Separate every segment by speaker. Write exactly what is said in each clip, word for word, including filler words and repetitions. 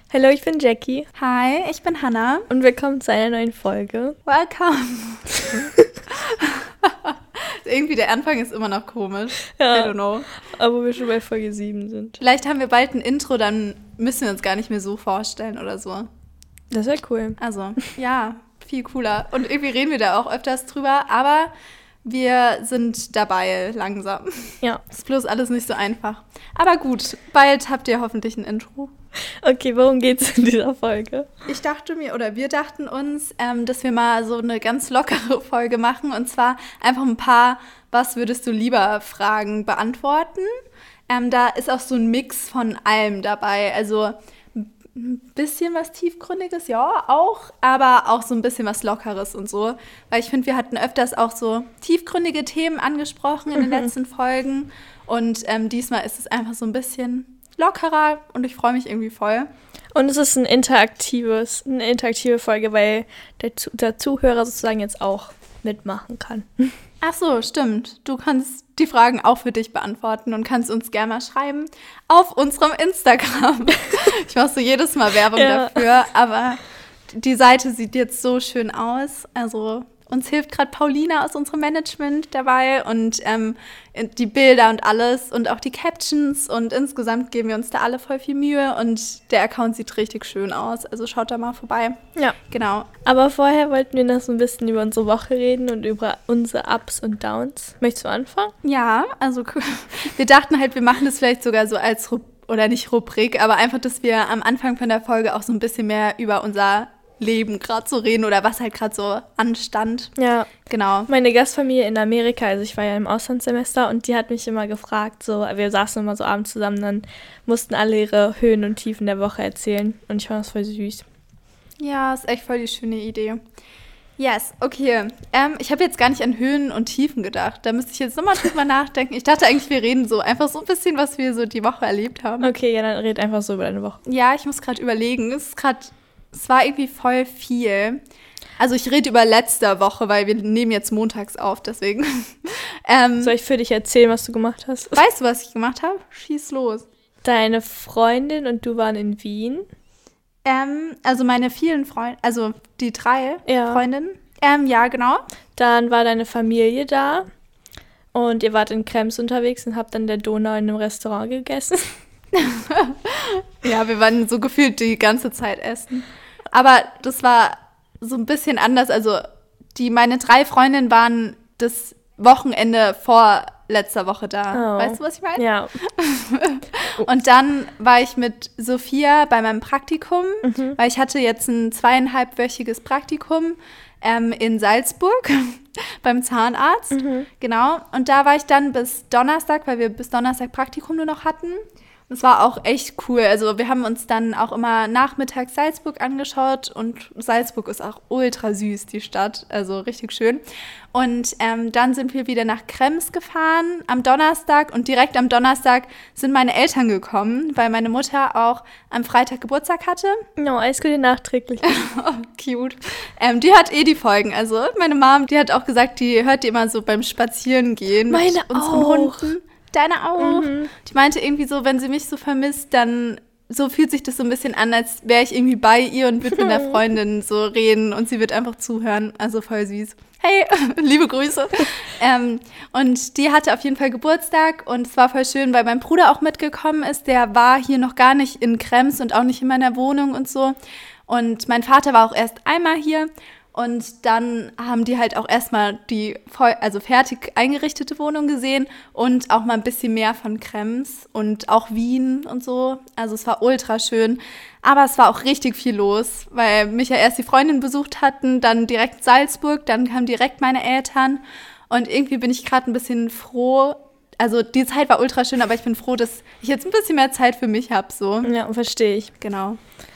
Speaker 1: Hallo, ich bin Jackie.
Speaker 2: Hi, ich bin Hannah.
Speaker 1: Und willkommen zu einer neuen Folge.
Speaker 2: Welcome. Irgendwie der Anfang ist immer noch komisch.
Speaker 1: Ja,
Speaker 2: I don't know.
Speaker 1: Aber wir schon bei Folge sieben sind.
Speaker 2: Vielleicht haben wir bald ein Intro, dann müssen wir uns gar nicht mehr so vorstellen oder so.
Speaker 1: Das wäre cool.
Speaker 2: Also, ja, viel cooler. Und irgendwie reden wir da auch öfters drüber, aber wir sind dabei langsam.
Speaker 1: Ja.
Speaker 2: Ist bloß alles nicht so einfach. Aber gut, bald habt ihr hoffentlich ein Intro.
Speaker 1: Okay, worum geht's in dieser Folge?
Speaker 2: Ich dachte mir, oder wir dachten uns, ähm, dass wir mal so eine ganz lockere Folge machen. Und zwar einfach ein paar Was würdest du lieber Fragen beantworten. Ähm, da ist auch so ein Mix von allem dabei. Also ein bisschen was Tiefgründiges, ja, auch. Aber auch so ein bisschen was Lockeres und so. Weil ich finde, wir hatten öfters auch so tiefgründige Themen angesprochen in den
Speaker 1: Mhm.
Speaker 2: letzten Folgen. Und ähm, diesmal ist es einfach so ein bisschen lockerer und ich freue mich irgendwie voll.
Speaker 1: Und es ist ein interaktives, eine interaktive Folge, weil der, Zu- der Zuhörer sozusagen jetzt auch mitmachen kann.
Speaker 2: Ach so, stimmt. Du kannst die Fragen auch für dich beantworten und kannst uns gerne mal schreiben auf unserem Instagram. Ich mache so jedes Mal Werbung
Speaker 1: Ja.
Speaker 2: dafür, aber die Seite sieht jetzt so schön aus. Also uns hilft gerade Paulina aus unserem Management dabei und ähm, die Bilder und alles und auch die Captions und insgesamt geben wir uns da alle voll viel Mühe und der Account sieht richtig schön aus. Also schaut da mal vorbei.
Speaker 1: Ja.
Speaker 2: Genau.
Speaker 1: Aber vorher wollten wir noch so ein bisschen über unsere Woche reden und über unsere Ups und Downs. Möchtest du anfangen?
Speaker 2: Ja, also cool. Wir dachten halt, wir machen das vielleicht sogar so als Rub- oder nicht Rubrik, aber einfach, dass wir am Anfang von der Folge auch so ein bisschen mehr über unser Leben gerade so reden oder was halt gerade so anstand.
Speaker 1: Ja.
Speaker 2: Genau.
Speaker 1: Meine Gastfamilie in Amerika, also ich war ja im Auslandssemester und die hat mich immer gefragt, so, wir saßen immer so abends zusammen, dann mussten alle ihre Höhen und Tiefen der Woche erzählen und ich fand das voll süß.
Speaker 2: Ja, ist echt voll die schöne Idee. Yes, okay. Ähm, ich habe jetzt gar nicht an Höhen und Tiefen gedacht. Da müsste ich jetzt nochmal drüber nachdenken. Ich dachte eigentlich, wir reden so einfach so ein bisschen, was wir so die Woche erlebt haben.
Speaker 1: Okay, ja, dann red einfach so über deine Woche.
Speaker 2: Ja, ich muss gerade überlegen. Es ist gerade, es war irgendwie voll viel. Also ich rede über letzte Woche, weil wir nehmen jetzt montags auf, deswegen. ähm,
Speaker 1: Soll ich für dich erzählen, was du gemacht hast?
Speaker 2: weißt du, was ich gemacht habe? Schieß los.
Speaker 1: Deine Freundin und du waren in Wien.
Speaker 2: Ähm, also meine vielen Freunde, also die drei
Speaker 1: Ja.
Speaker 2: Freundinnen. Ähm, ja, genau.
Speaker 1: Dann war deine Familie da und ihr wart in Krems unterwegs und habt an der Donau in einem Restaurant gegessen.
Speaker 2: Ja, wir waren so gefühlt die ganze Zeit essen. Aber das war so ein bisschen anders. Also die meine drei Freundinnen waren das Wochenende vor letzter Woche da.
Speaker 1: Oh.
Speaker 2: Weißt du, was ich meine?
Speaker 1: Ja.
Speaker 2: Und dann war ich mit Sophia bei meinem Praktikum, weil ich hatte jetzt ein zweieinhalbwöchiges Praktikum ähm, in Salzburg beim Zahnarzt. Genau. Und da war ich dann bis Donnerstag, weil wir bis Donnerstag Praktikum nur noch hatten. Das war auch echt cool. Also wir haben uns dann auch immer nachmittags Salzburg angeschaut und Salzburg ist auch ultra süß, die Stadt. Also richtig schön. Und ähm, dann sind wir wieder nach Krems gefahren am Donnerstag und direkt am Donnerstag sind meine Eltern gekommen, weil meine Mutter auch am Freitag Geburtstag hatte.
Speaker 1: No, alles Gute nachträglich.
Speaker 2: Oh, cute. Ähm, die hört eh die Folgen. Also meine Mom, die hat auch gesagt, die hört die immer so beim Spazierengehen
Speaker 1: Meine
Speaker 2: mit unseren
Speaker 1: auch.
Speaker 2: Hunden. Deine auch.
Speaker 1: Mhm.
Speaker 2: Die meinte irgendwie so, wenn sie mich so vermisst, dann so fühlt sich das so ein bisschen an, als wäre ich irgendwie bei ihr und würde mit einer Freundin so reden und sie wird einfach zuhören. Also voll süß. Hey, liebe Grüße. ähm, und die hatte auf jeden Fall Geburtstag und es war voll schön, weil mein Bruder auch mitgekommen ist. Der war hier noch gar nicht in Krems und auch nicht in meiner Wohnung und so. Und mein Vater war auch erst einmal hier. Und dann haben die halt auch erstmal die voll, also fertig eingerichtete Wohnung gesehen und auch mal ein bisschen mehr von Krems und auch Wien und so. Also es war ultra schön. Aber es war auch richtig viel los, weil mich ja erst die Freundin besucht hatten, dann direkt Salzburg, dann kamen direkt meine Eltern. Und irgendwie bin ich gerade ein bisschen froh. Also die Zeit war ultra schön, aber ich bin froh, dass ich jetzt ein bisschen mehr Zeit für mich habe. So.
Speaker 1: Ja, verstehe ich.
Speaker 2: Genau.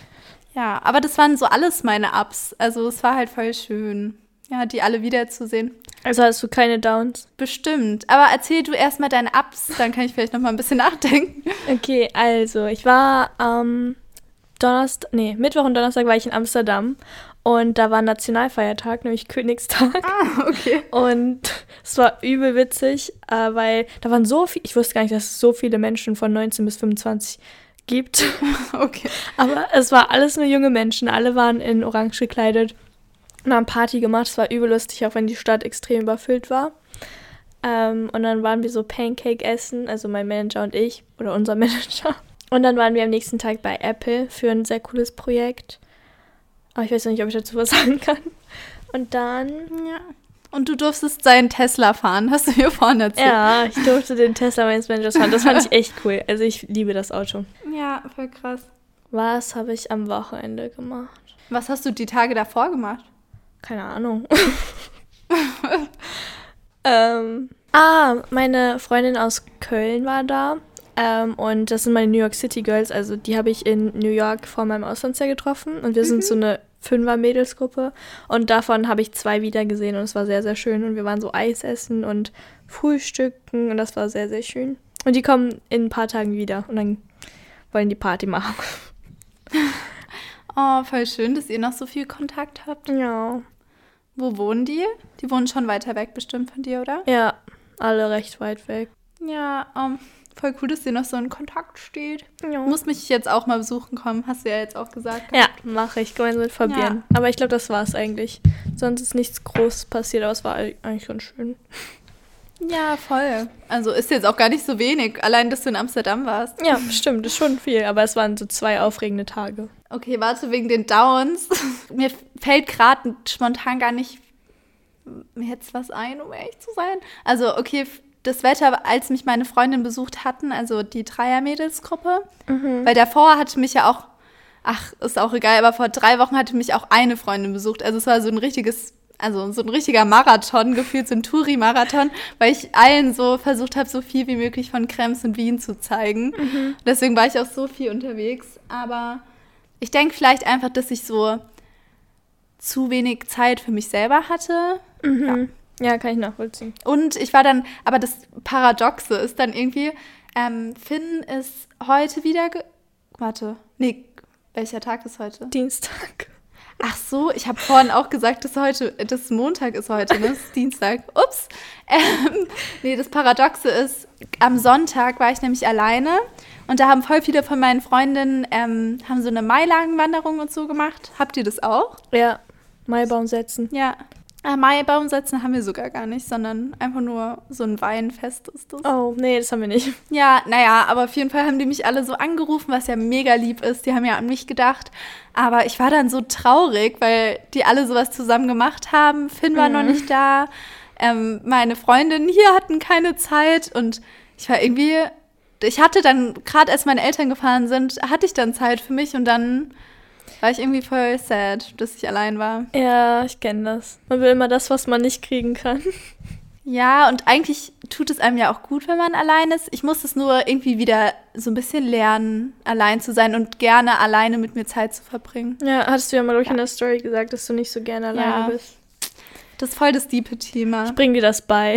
Speaker 2: Ja, aber das waren so alles meine Ups. Also es war halt voll schön, ja, die alle wiederzusehen.
Speaker 1: Also hast du keine Downs?
Speaker 2: Bestimmt. Aber erzähl du erstmal deine Ups, dann kann ich vielleicht noch mal ein bisschen nachdenken.
Speaker 1: Okay, also ich war am Donnerstag, nee, Mittwoch und Donnerstag war ich in Amsterdam und da war Nationalfeiertag, nämlich Königstag.
Speaker 2: Ah, okay.
Speaker 1: Und es war übel witzig, äh, weil da waren so viele, ich wusste gar nicht, dass so viele Menschen von neunzehn bis fünfundzwanzig gibt.
Speaker 2: Okay.
Speaker 1: Aber es war alles nur junge Menschen. Alle waren in orange gekleidet und haben Party gemacht. Es war übel lustig, auch wenn die Stadt extrem überfüllt war. Ähm, und dann waren wir so Pancake essen, also mein Manager und ich, oder unser Manager. Und dann waren wir am nächsten Tag bei Apple für ein sehr cooles Projekt. Aber ich weiß noch nicht, ob ich dazu was sagen kann. Und dann...
Speaker 2: Ja. Und du durftest seinen Tesla fahren, hast du mir vorhin erzählt.
Speaker 1: Ja, ich durfte den Tesla meines Managers fahren. Das fand ich echt cool. Also ich liebe das Auto.
Speaker 2: Ja, voll krass.
Speaker 1: Was habe ich am Wochenende gemacht?
Speaker 2: Was hast du die Tage davor gemacht?
Speaker 1: Keine Ahnung. ähm, ah, meine Freundin aus Köln war da. Ähm, und das sind meine New York City Girls. Also die habe ich in New York vor meinem Auslandsjahr getroffen. Und wir mhm. sind so eine Fünfer-Mädelsgruppe. Und davon habe ich zwei wiedergesehen. Und es war sehr, sehr schön. Und wir waren so Eis essen und frühstücken. Und das war sehr, sehr schön. Und die kommen in ein paar Tagen wieder. Und dann wollen die Party machen.
Speaker 2: Oh, voll schön, dass ihr noch so viel Kontakt habt.
Speaker 1: Ja.
Speaker 2: Wo wohnen die? Die wohnen schon weiter weg bestimmt von dir, oder?
Speaker 1: Ja, alle recht weit weg.
Speaker 2: Ja, um, voll cool, dass ihr noch so in Kontakt steht.
Speaker 1: Ja.
Speaker 2: Du musst mich jetzt auch mal besuchen kommen, hast du ja jetzt auch gesagt.
Speaker 1: Ja, mache ich, gemeinsam mit Fabienne. Ja. Aber ich glaube, das war es eigentlich. Sonst ist nichts Großes passiert, aber es war eigentlich ganz schön.
Speaker 2: Ja, voll. Also ist jetzt auch gar nicht so wenig, allein, dass du in Amsterdam warst.
Speaker 1: Ja, stimmt, ist schon viel, aber es waren so zwei aufregende Tage.
Speaker 2: Okay, warte, wegen den Downs. Mir fällt gerade spontan gar nicht jetzt was ein, um ehrlich zu sein. Also, okay, das Wetter, als mich meine Freundin besucht hatten, also die Dreier-Mädelsgruppe, mhm. weil davor hatte mich ja auch, ach, ist auch egal, aber vor drei Wochen hatte mich auch eine Freundin besucht. Also es war so ein richtiges, also so ein richtiger Marathon, gefühlt so ein Touri-Marathon, weil ich allen so versucht habe, so viel wie möglich von Krems und Wien zu zeigen. Mhm. Deswegen war ich auch so viel unterwegs, aber ich denke vielleicht einfach, dass ich so zu wenig Zeit für mich selber hatte.
Speaker 1: Mhm. Ja. ja, kann ich nachvollziehen.
Speaker 2: Und ich war dann, aber das Paradoxe ist dann irgendwie, ähm, Finn ist heute wieder, ge- warte, nee, welcher Tag ist heute?
Speaker 1: Dienstag.
Speaker 2: Ach so, ich habe vorhin auch gesagt, dass heute, dass Montag ist heute, ne? Das ist Dienstag. Ups. Ähm, nee, das Paradoxe ist, am Sonntag war ich nämlich alleine und da haben voll viele von meinen Freundinnen, ähm, haben so eine Mailagenwanderung und so gemacht. Habt ihr das auch?
Speaker 1: Ja, Maibaum setzen.
Speaker 2: Ja. Ah, Maibaum setzen haben wir sogar gar nicht, sondern einfach nur so ein Weinfest ist das.
Speaker 1: Oh, nee, das haben wir nicht.
Speaker 2: Ja, naja, aber auf jeden Fall haben die mich alle so angerufen, was ja mega lieb ist. Die haben ja an mich gedacht. Aber ich war dann so traurig, weil die alle sowas zusammen gemacht haben. Finn war mhm. noch nicht da. Ähm, meine Freundinnen hier hatten keine Zeit. Und ich war irgendwie, ich hatte dann, gerade als meine Eltern gefahren sind, hatte ich dann Zeit für mich und dann war ich irgendwie voll sad, dass ich allein war.
Speaker 1: Ja, ich kenne das. Man will immer das, was man nicht kriegen kann.
Speaker 2: Ja, und eigentlich tut es einem ja auch gut, wenn man allein ist. Ich muss es nur irgendwie wieder so ein bisschen lernen, allein zu sein und gerne alleine mit mir Zeit zu verbringen.
Speaker 1: Ja, hattest du ja mal durch ja. in der Story gesagt, dass du nicht so gerne alleine ja. bist.
Speaker 2: Das ist voll das diepe Thema.
Speaker 1: Ich bring dir das bei.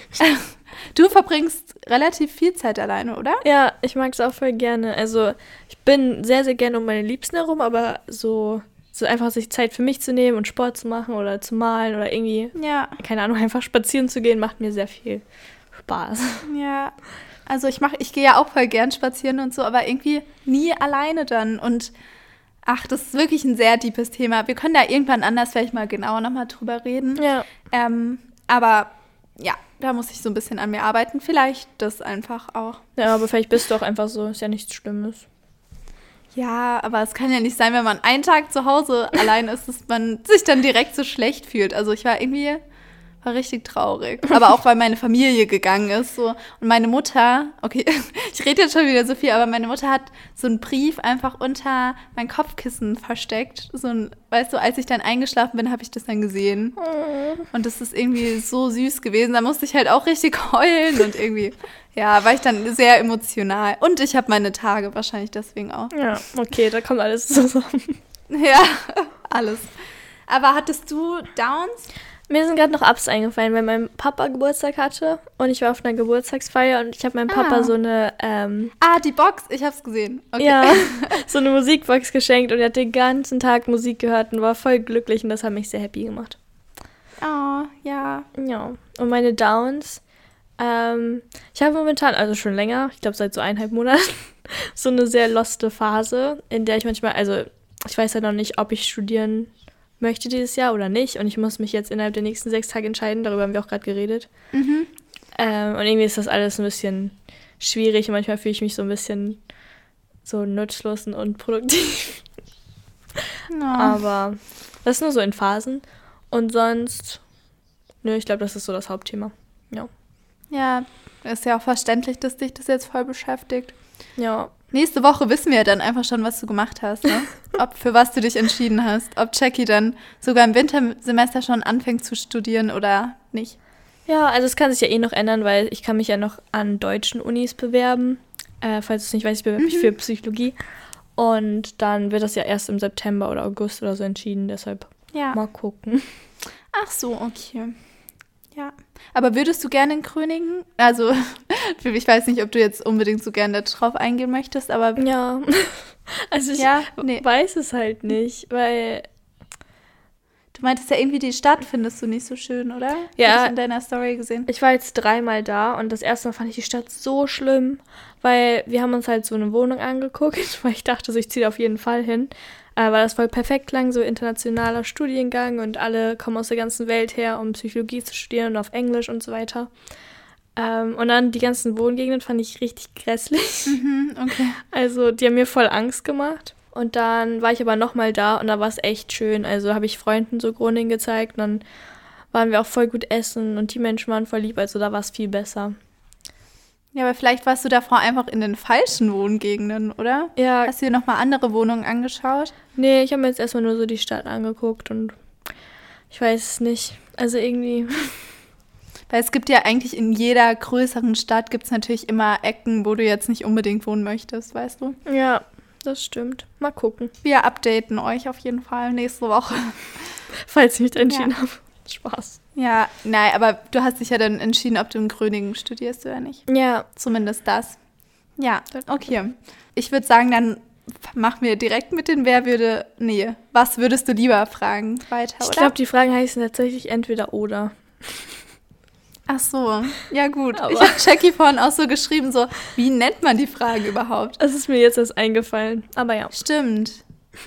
Speaker 2: Du verbringst relativ viel Zeit alleine, oder?
Speaker 1: Ja, ich mag es auch voll gerne. Also ich bin sehr, sehr gerne um meine Liebsten herum, aber so, so einfach sich Zeit für mich zu nehmen und Sport zu machen oder zu malen oder irgendwie,
Speaker 2: ja.
Speaker 1: keine Ahnung, einfach spazieren zu gehen, macht mir sehr viel Spaß.
Speaker 2: Ja, also ich mache, ich gehe ja auch voll gern spazieren und so, aber irgendwie nie alleine dann. Und ach, das ist wirklich ein sehr deepes Thema. Wir können da irgendwann anders vielleicht mal genauer nochmal drüber reden.
Speaker 1: Ja.
Speaker 2: Ähm, aber ja, da muss ich so ein bisschen an mir arbeiten. Vielleicht das einfach auch.
Speaker 1: Ja, aber vielleicht bist du auch einfach so. Ist ja nichts Schlimmes.
Speaker 2: Ja, aber es kann ja nicht sein, wenn man einen Tag zu Hause allein ist, dass man sich dann direkt so schlecht fühlt. Also ich war irgendwie, war richtig traurig. Aber auch, weil meine Familie gegangen ist. So. Und meine Mutter, okay, ich rede jetzt schon wieder so viel, aber meine Mutter hat so einen Brief einfach unter mein Kopfkissen versteckt. So ein, weißt du, als ich dann eingeschlafen bin, habe ich das dann gesehen. Und das ist irgendwie so süß gewesen. Da musste ich halt auch richtig heulen und irgendwie, ja, war ich dann sehr emotional. Und ich habe meine Tage wahrscheinlich deswegen auch.
Speaker 1: Ja, okay, da kommt alles zusammen.
Speaker 2: Ja, alles. Aber hattest du Downs?
Speaker 1: Mir sind gerade noch Ups eingefallen, weil mein Papa Geburtstag hatte und ich war auf einer Geburtstagsfeier und ich habe meinem Papa
Speaker 2: ah.
Speaker 1: so eine ähm,
Speaker 2: Ah, die Box, ich hab's gesehen. Okay.
Speaker 1: Ja, so eine Musikbox geschenkt und er hat den ganzen Tag Musik gehört und war voll glücklich und das hat mich sehr happy gemacht.
Speaker 2: Oh, ja.
Speaker 1: Ja, und meine Downs, Ähm, ich habe momentan, also schon länger, ich glaube seit so eineinhalb Monaten, so eine sehr loste Phase, in der ich manchmal, also ich weiß ja noch nicht, ob ich studieren möchte dieses Jahr oder nicht. Und ich muss mich jetzt innerhalb der nächsten sechs Tage entscheiden. Darüber haben wir auch gerade geredet.
Speaker 2: Mhm.
Speaker 1: Ähm, und irgendwie ist das alles ein bisschen schwierig. Und manchmal fühle ich mich so ein bisschen so nutzlos und unproduktiv.
Speaker 2: No.
Speaker 1: Aber das ist nur so in Phasen. Und sonst, nö, ich glaube, das ist so das Hauptthema. Ja.
Speaker 2: Ja, ist ja auch verständlich, dass dich das jetzt voll beschäftigt.
Speaker 1: Ja.
Speaker 2: Nächste Woche wissen wir ja dann einfach schon, was du gemacht hast, ne? Ob für was du dich entschieden hast. Ob Jackie dann sogar im Wintersemester schon anfängt zu studieren oder nicht.
Speaker 1: Ja, also es kann sich ja eh noch ändern, weil ich kann mich ja noch an deutschen Unis bewerben. Äh, falls du es nicht weißt, ich bewerbe mich
Speaker 2: Mhm.
Speaker 1: für Psychologie. Und dann wird das ja erst im September oder August oder so entschieden. Deshalb
Speaker 2: Ja.
Speaker 1: mal gucken.
Speaker 2: Ach so, okay. Ja. Aber würdest du gerne in Gröningen? Also, ich weiß nicht, ob du jetzt unbedingt so gerne darauf eingehen möchtest, aber
Speaker 1: Ja, also ich
Speaker 2: ja, nee.
Speaker 1: weiß es halt nicht, weil
Speaker 2: Du meintest ja irgendwie, die Stadt findest du nicht so schön, oder?
Speaker 1: Ja.
Speaker 2: Hab ich in deiner Story gesehen.
Speaker 1: ich war jetzt dreimal da und das erste Mal fand ich die Stadt so schlimm, weil wir haben uns halt so eine Wohnung angeguckt, weil ich dachte, so, ich ziehe auf jeden Fall hin. Äh, weil das voll perfekt klang, so internationaler Studiengang und alle kommen aus der ganzen Welt her, um Psychologie zu studieren und auf Englisch und so weiter. Ähm, und dann die ganzen Wohngegenden fand ich richtig grässlich.
Speaker 2: Mhm, okay.
Speaker 1: Also die haben mir voll Angst gemacht. Und dann war ich aber nochmal da und da war es echt schön. Also habe ich Freunden so Groningen gezeigt und dann waren wir auch voll gut essen und die Menschen waren voll lieb. Also da war es viel besser.
Speaker 2: Ja, aber vielleicht warst du davor einfach in den falschen Wohngegenden, oder?
Speaker 1: Ja,
Speaker 2: Hast du dir nochmal andere Wohnungen angeschaut?
Speaker 1: nee, ich habe mir jetzt erstmal nur so die Stadt angeguckt und ich weiß es nicht. Also irgendwie,
Speaker 2: Weil es gibt ja eigentlich in jeder größeren Stadt gibt es natürlich immer Ecken, wo du jetzt nicht unbedingt wohnen möchtest, weißt du?
Speaker 1: ja, das stimmt. Mal gucken,
Speaker 2: Wir updaten euch auf jeden Fall nächste Woche.
Speaker 1: falls ich mich entschieden habe. Spaß.
Speaker 2: Ja, nein, aber du hast dich ja dann entschieden, ob du in Gröningen studierst oder nicht.
Speaker 1: Ja,
Speaker 2: Zumindest das. Ja, okay. Ich würde sagen, dann machen wir direkt mit den Wer würde, nee, was würdest du lieber fragen weiter,
Speaker 1: ich
Speaker 2: oder?
Speaker 1: glaube, die Fragen heißen tatsächlich entweder oder.
Speaker 2: Ach so, ja gut.
Speaker 1: Aber-
Speaker 2: Ich habe Jackie vorhin auch so geschrieben, so, wie nennt man die Fragen überhaupt?
Speaker 1: Das ist mir jetzt erst eingefallen. Aber ja.
Speaker 2: Stimmt.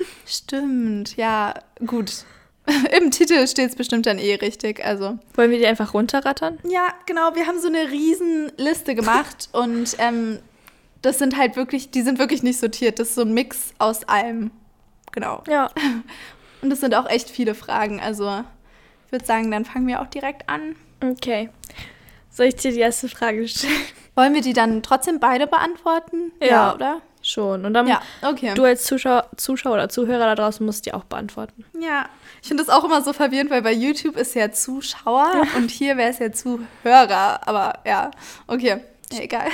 Speaker 2: Stimmt, ja, gut. Im Titel steht es bestimmt dann eh richtig, also.
Speaker 1: Wollen wir die einfach runterrattern?
Speaker 2: Ja, genau, wir haben so eine riesen Liste gemacht und ähm, das sind halt wirklich, die sind wirklich nicht sortiert, das ist so ein Mix aus allem. Genau.
Speaker 1: Ja.
Speaker 2: Und es sind auch echt viele Fragen, also ich würde sagen, dann fangen wir auch direkt an.
Speaker 1: Okay. Soll ich dir die erste Frage stellen?
Speaker 2: Wollen wir die dann trotzdem beide beantworten?
Speaker 1: Ja.
Speaker 2: oder?
Speaker 1: Schon. Und dann
Speaker 2: Ja, okay.
Speaker 1: du als Zuschauer, Zuschauer oder Zuhörer da draußen musst die auch beantworten.
Speaker 2: Ja, ich finde das auch immer so verwirrend, weil bei YouTube ist ja Zuschauer und hier wäre es ja Zuhörer. Aber ja, okay, ja, egal.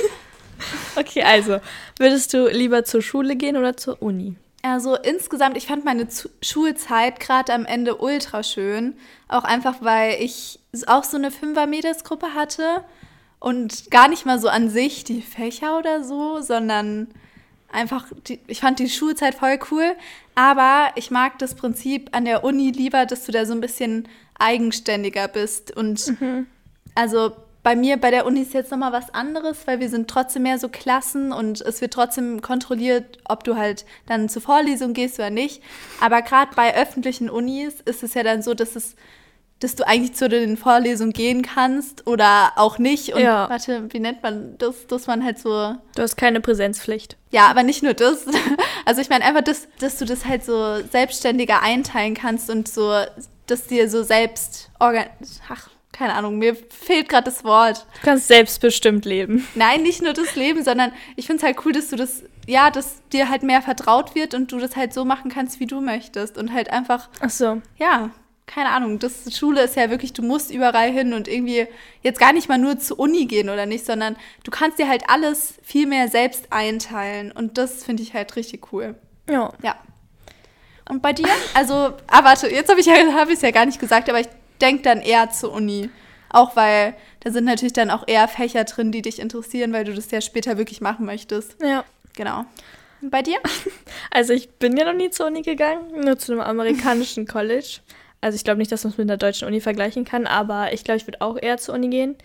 Speaker 1: Okay, also, würdest du lieber zur Schule gehen oder zur Uni?
Speaker 2: Also insgesamt, ich fand meine Zu- Schulzeit gerade am Ende ultra schön. Auch einfach, weil ich auch so eine Fünfer-Mädelsgruppe hatte und gar nicht mal so an sich die Fächer oder so, sondern einfach, die, ich fand die Schulzeit voll cool. Aber ich mag das Prinzip an der Uni lieber, dass du da so ein bisschen eigenständiger bist. Und also bei mir, bei der Uni ist jetzt nochmal was anderes, weil wir sind trotzdem mehr so Klassen und es wird trotzdem kontrolliert, ob du halt dann zur Vorlesung gehst oder nicht. Aber gerade bei öffentlichen Unis ist es ja dann so, dass es, dass du eigentlich zu den Vorlesungen gehen kannst oder auch nicht. Und
Speaker 1: Ja.
Speaker 2: warte, wie nennt man das, dass man halt so.
Speaker 1: Du hast keine Präsenzpflicht.
Speaker 2: Ja, aber nicht nur das. Also ich meine einfach, dass, dass du das halt so selbstständiger einteilen kannst und so, dass dir so selbst organ... Ach, keine Ahnung, mir fehlt gerade das Wort.
Speaker 1: Du kannst selbstbestimmt leben.
Speaker 2: Nein, nicht nur das Leben, sondern ich finde es halt cool, dass du das, ja, dass dir halt mehr vertraut wird und du das halt so machen kannst, wie du möchtest. Und halt einfach,
Speaker 1: Ach so.
Speaker 2: ja, keine Ahnung, das Schule ist ja wirklich, du musst überall hin und irgendwie jetzt gar nicht mal nur zur Uni gehen oder nicht, sondern du kannst dir halt alles viel mehr selbst einteilen. Und das finde ich halt richtig cool.
Speaker 1: Ja.
Speaker 2: Ja. Und bei dir? Also, ah, warte, jetzt habe ich ja, hab ich es ja gar nicht gesagt, aber ich denke dann eher zur Uni. Auch weil da sind natürlich dann auch eher Fächer drin, die dich interessieren, weil du das ja später wirklich machen möchtest.
Speaker 1: Ja.
Speaker 2: Genau. Und bei dir?
Speaker 1: Also ich bin ja noch nie zur Uni gegangen, nur zu einem amerikanischen College. Also ich glaube nicht, dass man es mit einer deutschen Uni vergleichen kann, aber ich glaube, ich würde auch eher zur Uni gehen.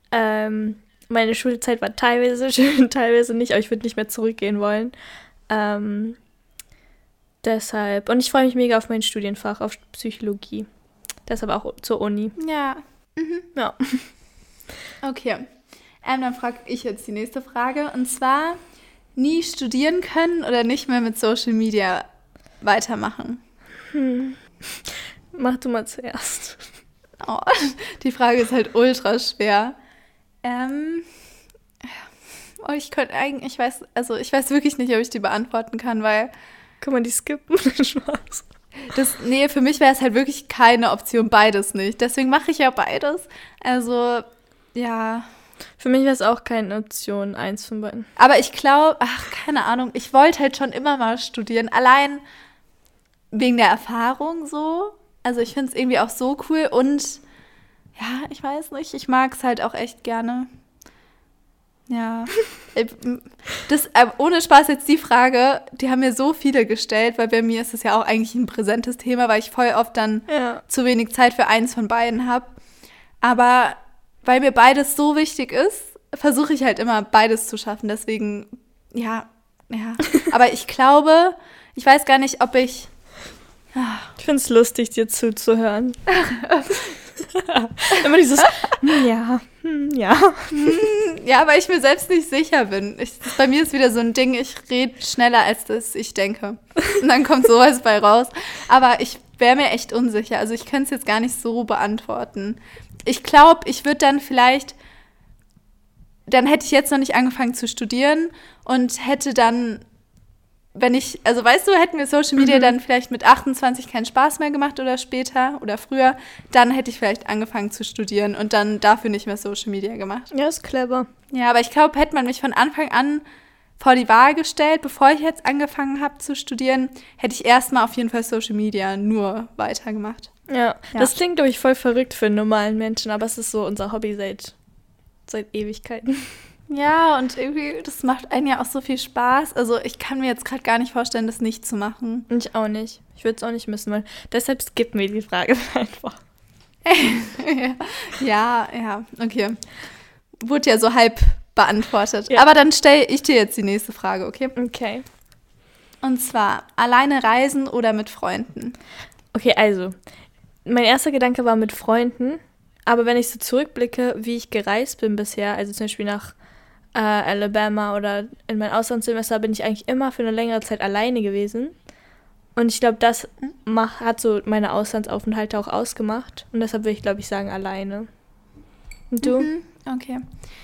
Speaker 1: Ähm, meine Schulzeit war teilweise schön, teilweise nicht, aber ich würde nicht mehr zurückgehen wollen. Ähm, deshalb, und ich freue mich mega auf mein Studienfach, auf Psychologie. Deshalb auch zur Uni.
Speaker 2: Ja. Mhm.
Speaker 1: Ja.
Speaker 2: Okay. Ähm, dann frage ich jetzt die nächste Frage. Und zwar, nie studieren können oder nicht mehr mit Social Media weitermachen?
Speaker 1: Hm. Mach du mal zuerst.
Speaker 2: Oh, die Frage ist halt ultra schwer. Ähm, oh, ich könnte eigentlich, ich weiß, also ich weiß wirklich nicht, ob ich die beantworten kann, weil
Speaker 1: Kann man die skippen? Spaß.
Speaker 2: das, nee, für mich wäre es halt wirklich keine Option, beides nicht. Deswegen mache ich ja beides. Also, ja.
Speaker 1: Für mich wäre es auch keine Option, eins von beiden.
Speaker 2: Aber ich glaube, ach, keine Ahnung, ich wollte halt schon immer mal studieren. Allein wegen der Erfahrung so. Also ich finde es irgendwie auch so cool und ja, ich weiß nicht, ich mag es halt auch echt gerne. Ja, das, äh, ohne Spaß jetzt die Frage, die haben mir so viele gestellt, weil bei mir ist es ja auch eigentlich ein präsentes Thema, weil ich voll oft dann
Speaker 1: Ja.
Speaker 2: zu wenig Zeit für eins von beiden habe. Aber weil mir beides so wichtig ist, versuche ich halt immer beides zu schaffen. Deswegen, ja, ja. Aber ich glaube, ich weiß gar nicht, ob ich...
Speaker 1: Ich finde es lustig, dir zuzuhören. Immer dieses, hm, ja, hm, ja.
Speaker 2: Ja, weil ich mir selbst nicht sicher bin. Ich, das, bei mir ist wieder so ein Ding, ich rede schneller, als das ich denke. Und dann kommt sowas bei raus. Aber ich wäre mir echt unsicher. Also ich könnte es jetzt gar nicht so beantworten. Ich glaube, ich würde dann vielleicht, dann hätte ich jetzt noch nicht angefangen zu studieren und hätte dann, wenn ich, also weißt du, hätten wir Social Media mhm. dann vielleicht mit achtundzwanzig keinen Spaß mehr gemacht oder später oder früher, dann hätte ich vielleicht angefangen zu studieren und dann dafür nicht mehr Social Media gemacht.
Speaker 1: Ja, ist clever.
Speaker 2: Ja, aber ich glaube, hätte man mich von Anfang an vor die Wahl gestellt, bevor ich jetzt angefangen habe zu studieren, hätte ich erstmal auf jeden Fall Social Media nur weitergemacht.
Speaker 1: Ja,
Speaker 2: Ja.
Speaker 1: das klingt, glaube ich, voll verrückt für einen normalen Menschen, aber es ist so unser Hobby seit, seit Ewigkeiten.
Speaker 2: Ja, und irgendwie, das macht einen ja auch so viel Spaß. Also ich kann mir jetzt gerade gar nicht vorstellen, das nicht zu machen.
Speaker 1: Ich auch nicht. Ich würde es auch nicht müssen, weil deshalb skippen wir die Frage einfach.
Speaker 2: ja, ja, okay. Wurde ja so halb beantwortet.
Speaker 1: Ja.
Speaker 2: Aber dann stelle ich dir jetzt die nächste Frage, okay?
Speaker 1: Okay.
Speaker 2: Und zwar, alleine reisen oder mit Freunden?
Speaker 1: Okay, also, mein erster Gedanke war mit Freunden, aber wenn ich so zurückblicke, wie ich gereist bin bisher, also zum Beispiel nach äh, Alabama oder in mein Auslandssemester, bin ich eigentlich immer für eine längere Zeit alleine gewesen. Und ich glaube, das mach, hat so meine Auslandsaufenthalte auch ausgemacht. Und deshalb würde ich, glaube ich, sagen, alleine. Und du?
Speaker 2: Mhm, okay.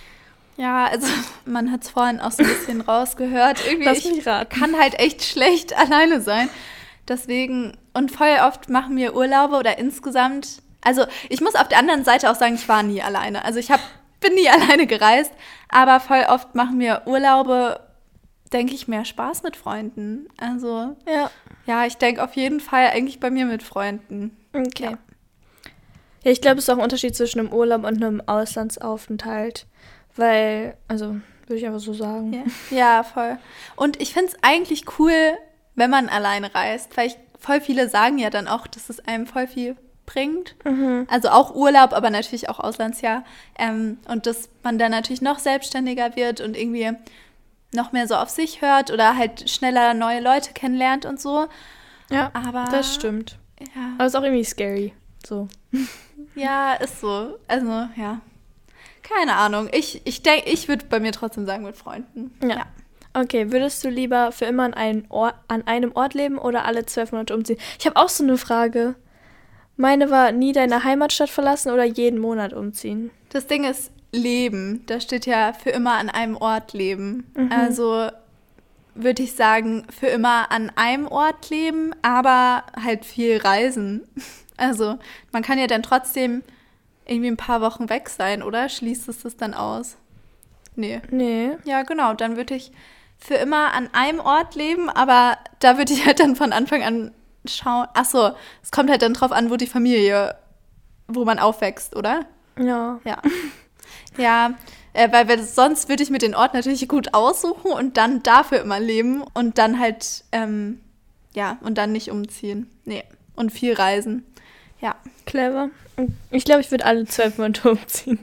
Speaker 2: Ja, also man hat es vorhin auch so ein bisschen rausgehört. Irgendwie,
Speaker 1: Lass mich
Speaker 2: ich
Speaker 1: raten.
Speaker 2: kann halt echt schlecht alleine sein. Deswegen, und voll oft machen wir Urlaube oder insgesamt, also ich muss auf der anderen Seite auch sagen, ich war nie alleine. Also ich hab, bin nie alleine gereist, aber voll oft machen wir Urlaube, denke ich, mehr Spaß mit Freunden. Also
Speaker 1: Ja.
Speaker 2: ja, ich denke auf jeden Fall eigentlich bei mir mit Freunden.
Speaker 1: Okay.
Speaker 2: Ja.
Speaker 1: Ja, ich glaube, es ist auch ein Unterschied zwischen einem Urlaub und einem Auslandsaufenthalt. Weil, also, würde ich einfach so sagen.
Speaker 2: Ja, ja, voll. Und ich finde es eigentlich cool, wenn man alleine reist, weil ich, voll viele sagen ja dann auch, dass es einem voll viel bringt.
Speaker 1: Mhm.
Speaker 2: Also auch Urlaub, aber natürlich auch Auslandsjahr. Ähm, und dass man dann natürlich noch selbstständiger wird und irgendwie noch mehr so auf sich hört oder halt schneller neue Leute kennenlernt und so.
Speaker 1: Ja,
Speaker 2: Aber
Speaker 1: das stimmt.
Speaker 2: Ja,
Speaker 1: Aber es ist auch irgendwie scary. So.
Speaker 2: ja, ist so. Also, ja. Keine Ahnung. Ich, ich denke, ich würde bei mir trotzdem sagen mit Freunden.
Speaker 1: Ja. Okay, würdest du lieber für immer an, einen Ort, an einem Ort leben oder alle zwölf Monate umziehen? Ich habe auch so eine Frage. Meine war, nie deine Heimatstadt verlassen oder jeden Monat umziehen?
Speaker 2: Das Ding ist Leben. Da steht ja für immer an einem Ort leben.
Speaker 1: Mhm.
Speaker 2: Also würde ich sagen, für immer an einem Ort leben, aber halt viel reisen. Also man kann ja dann trotzdem irgendwie ein paar Wochen weg sein, oder? Schließt es das dann aus? Nee.
Speaker 1: Nee.
Speaker 2: Ja, genau. Dann würde ich für immer an einem Ort leben, aber da würde ich halt dann von Anfang an schauen. Ach so, es kommt halt dann drauf an, wo die Familie, wo man aufwächst, oder?
Speaker 1: Ja.
Speaker 2: Ja. Ja, äh, weil, weil sonst würde ich mir den Ort natürlich gut aussuchen und dann dafür immer leben und dann halt, ähm, ja, und dann nicht umziehen. Nee. Und viel reisen. Ja.
Speaker 1: Clever. Ich glaube, ich würde alle zwölf Monate umziehen.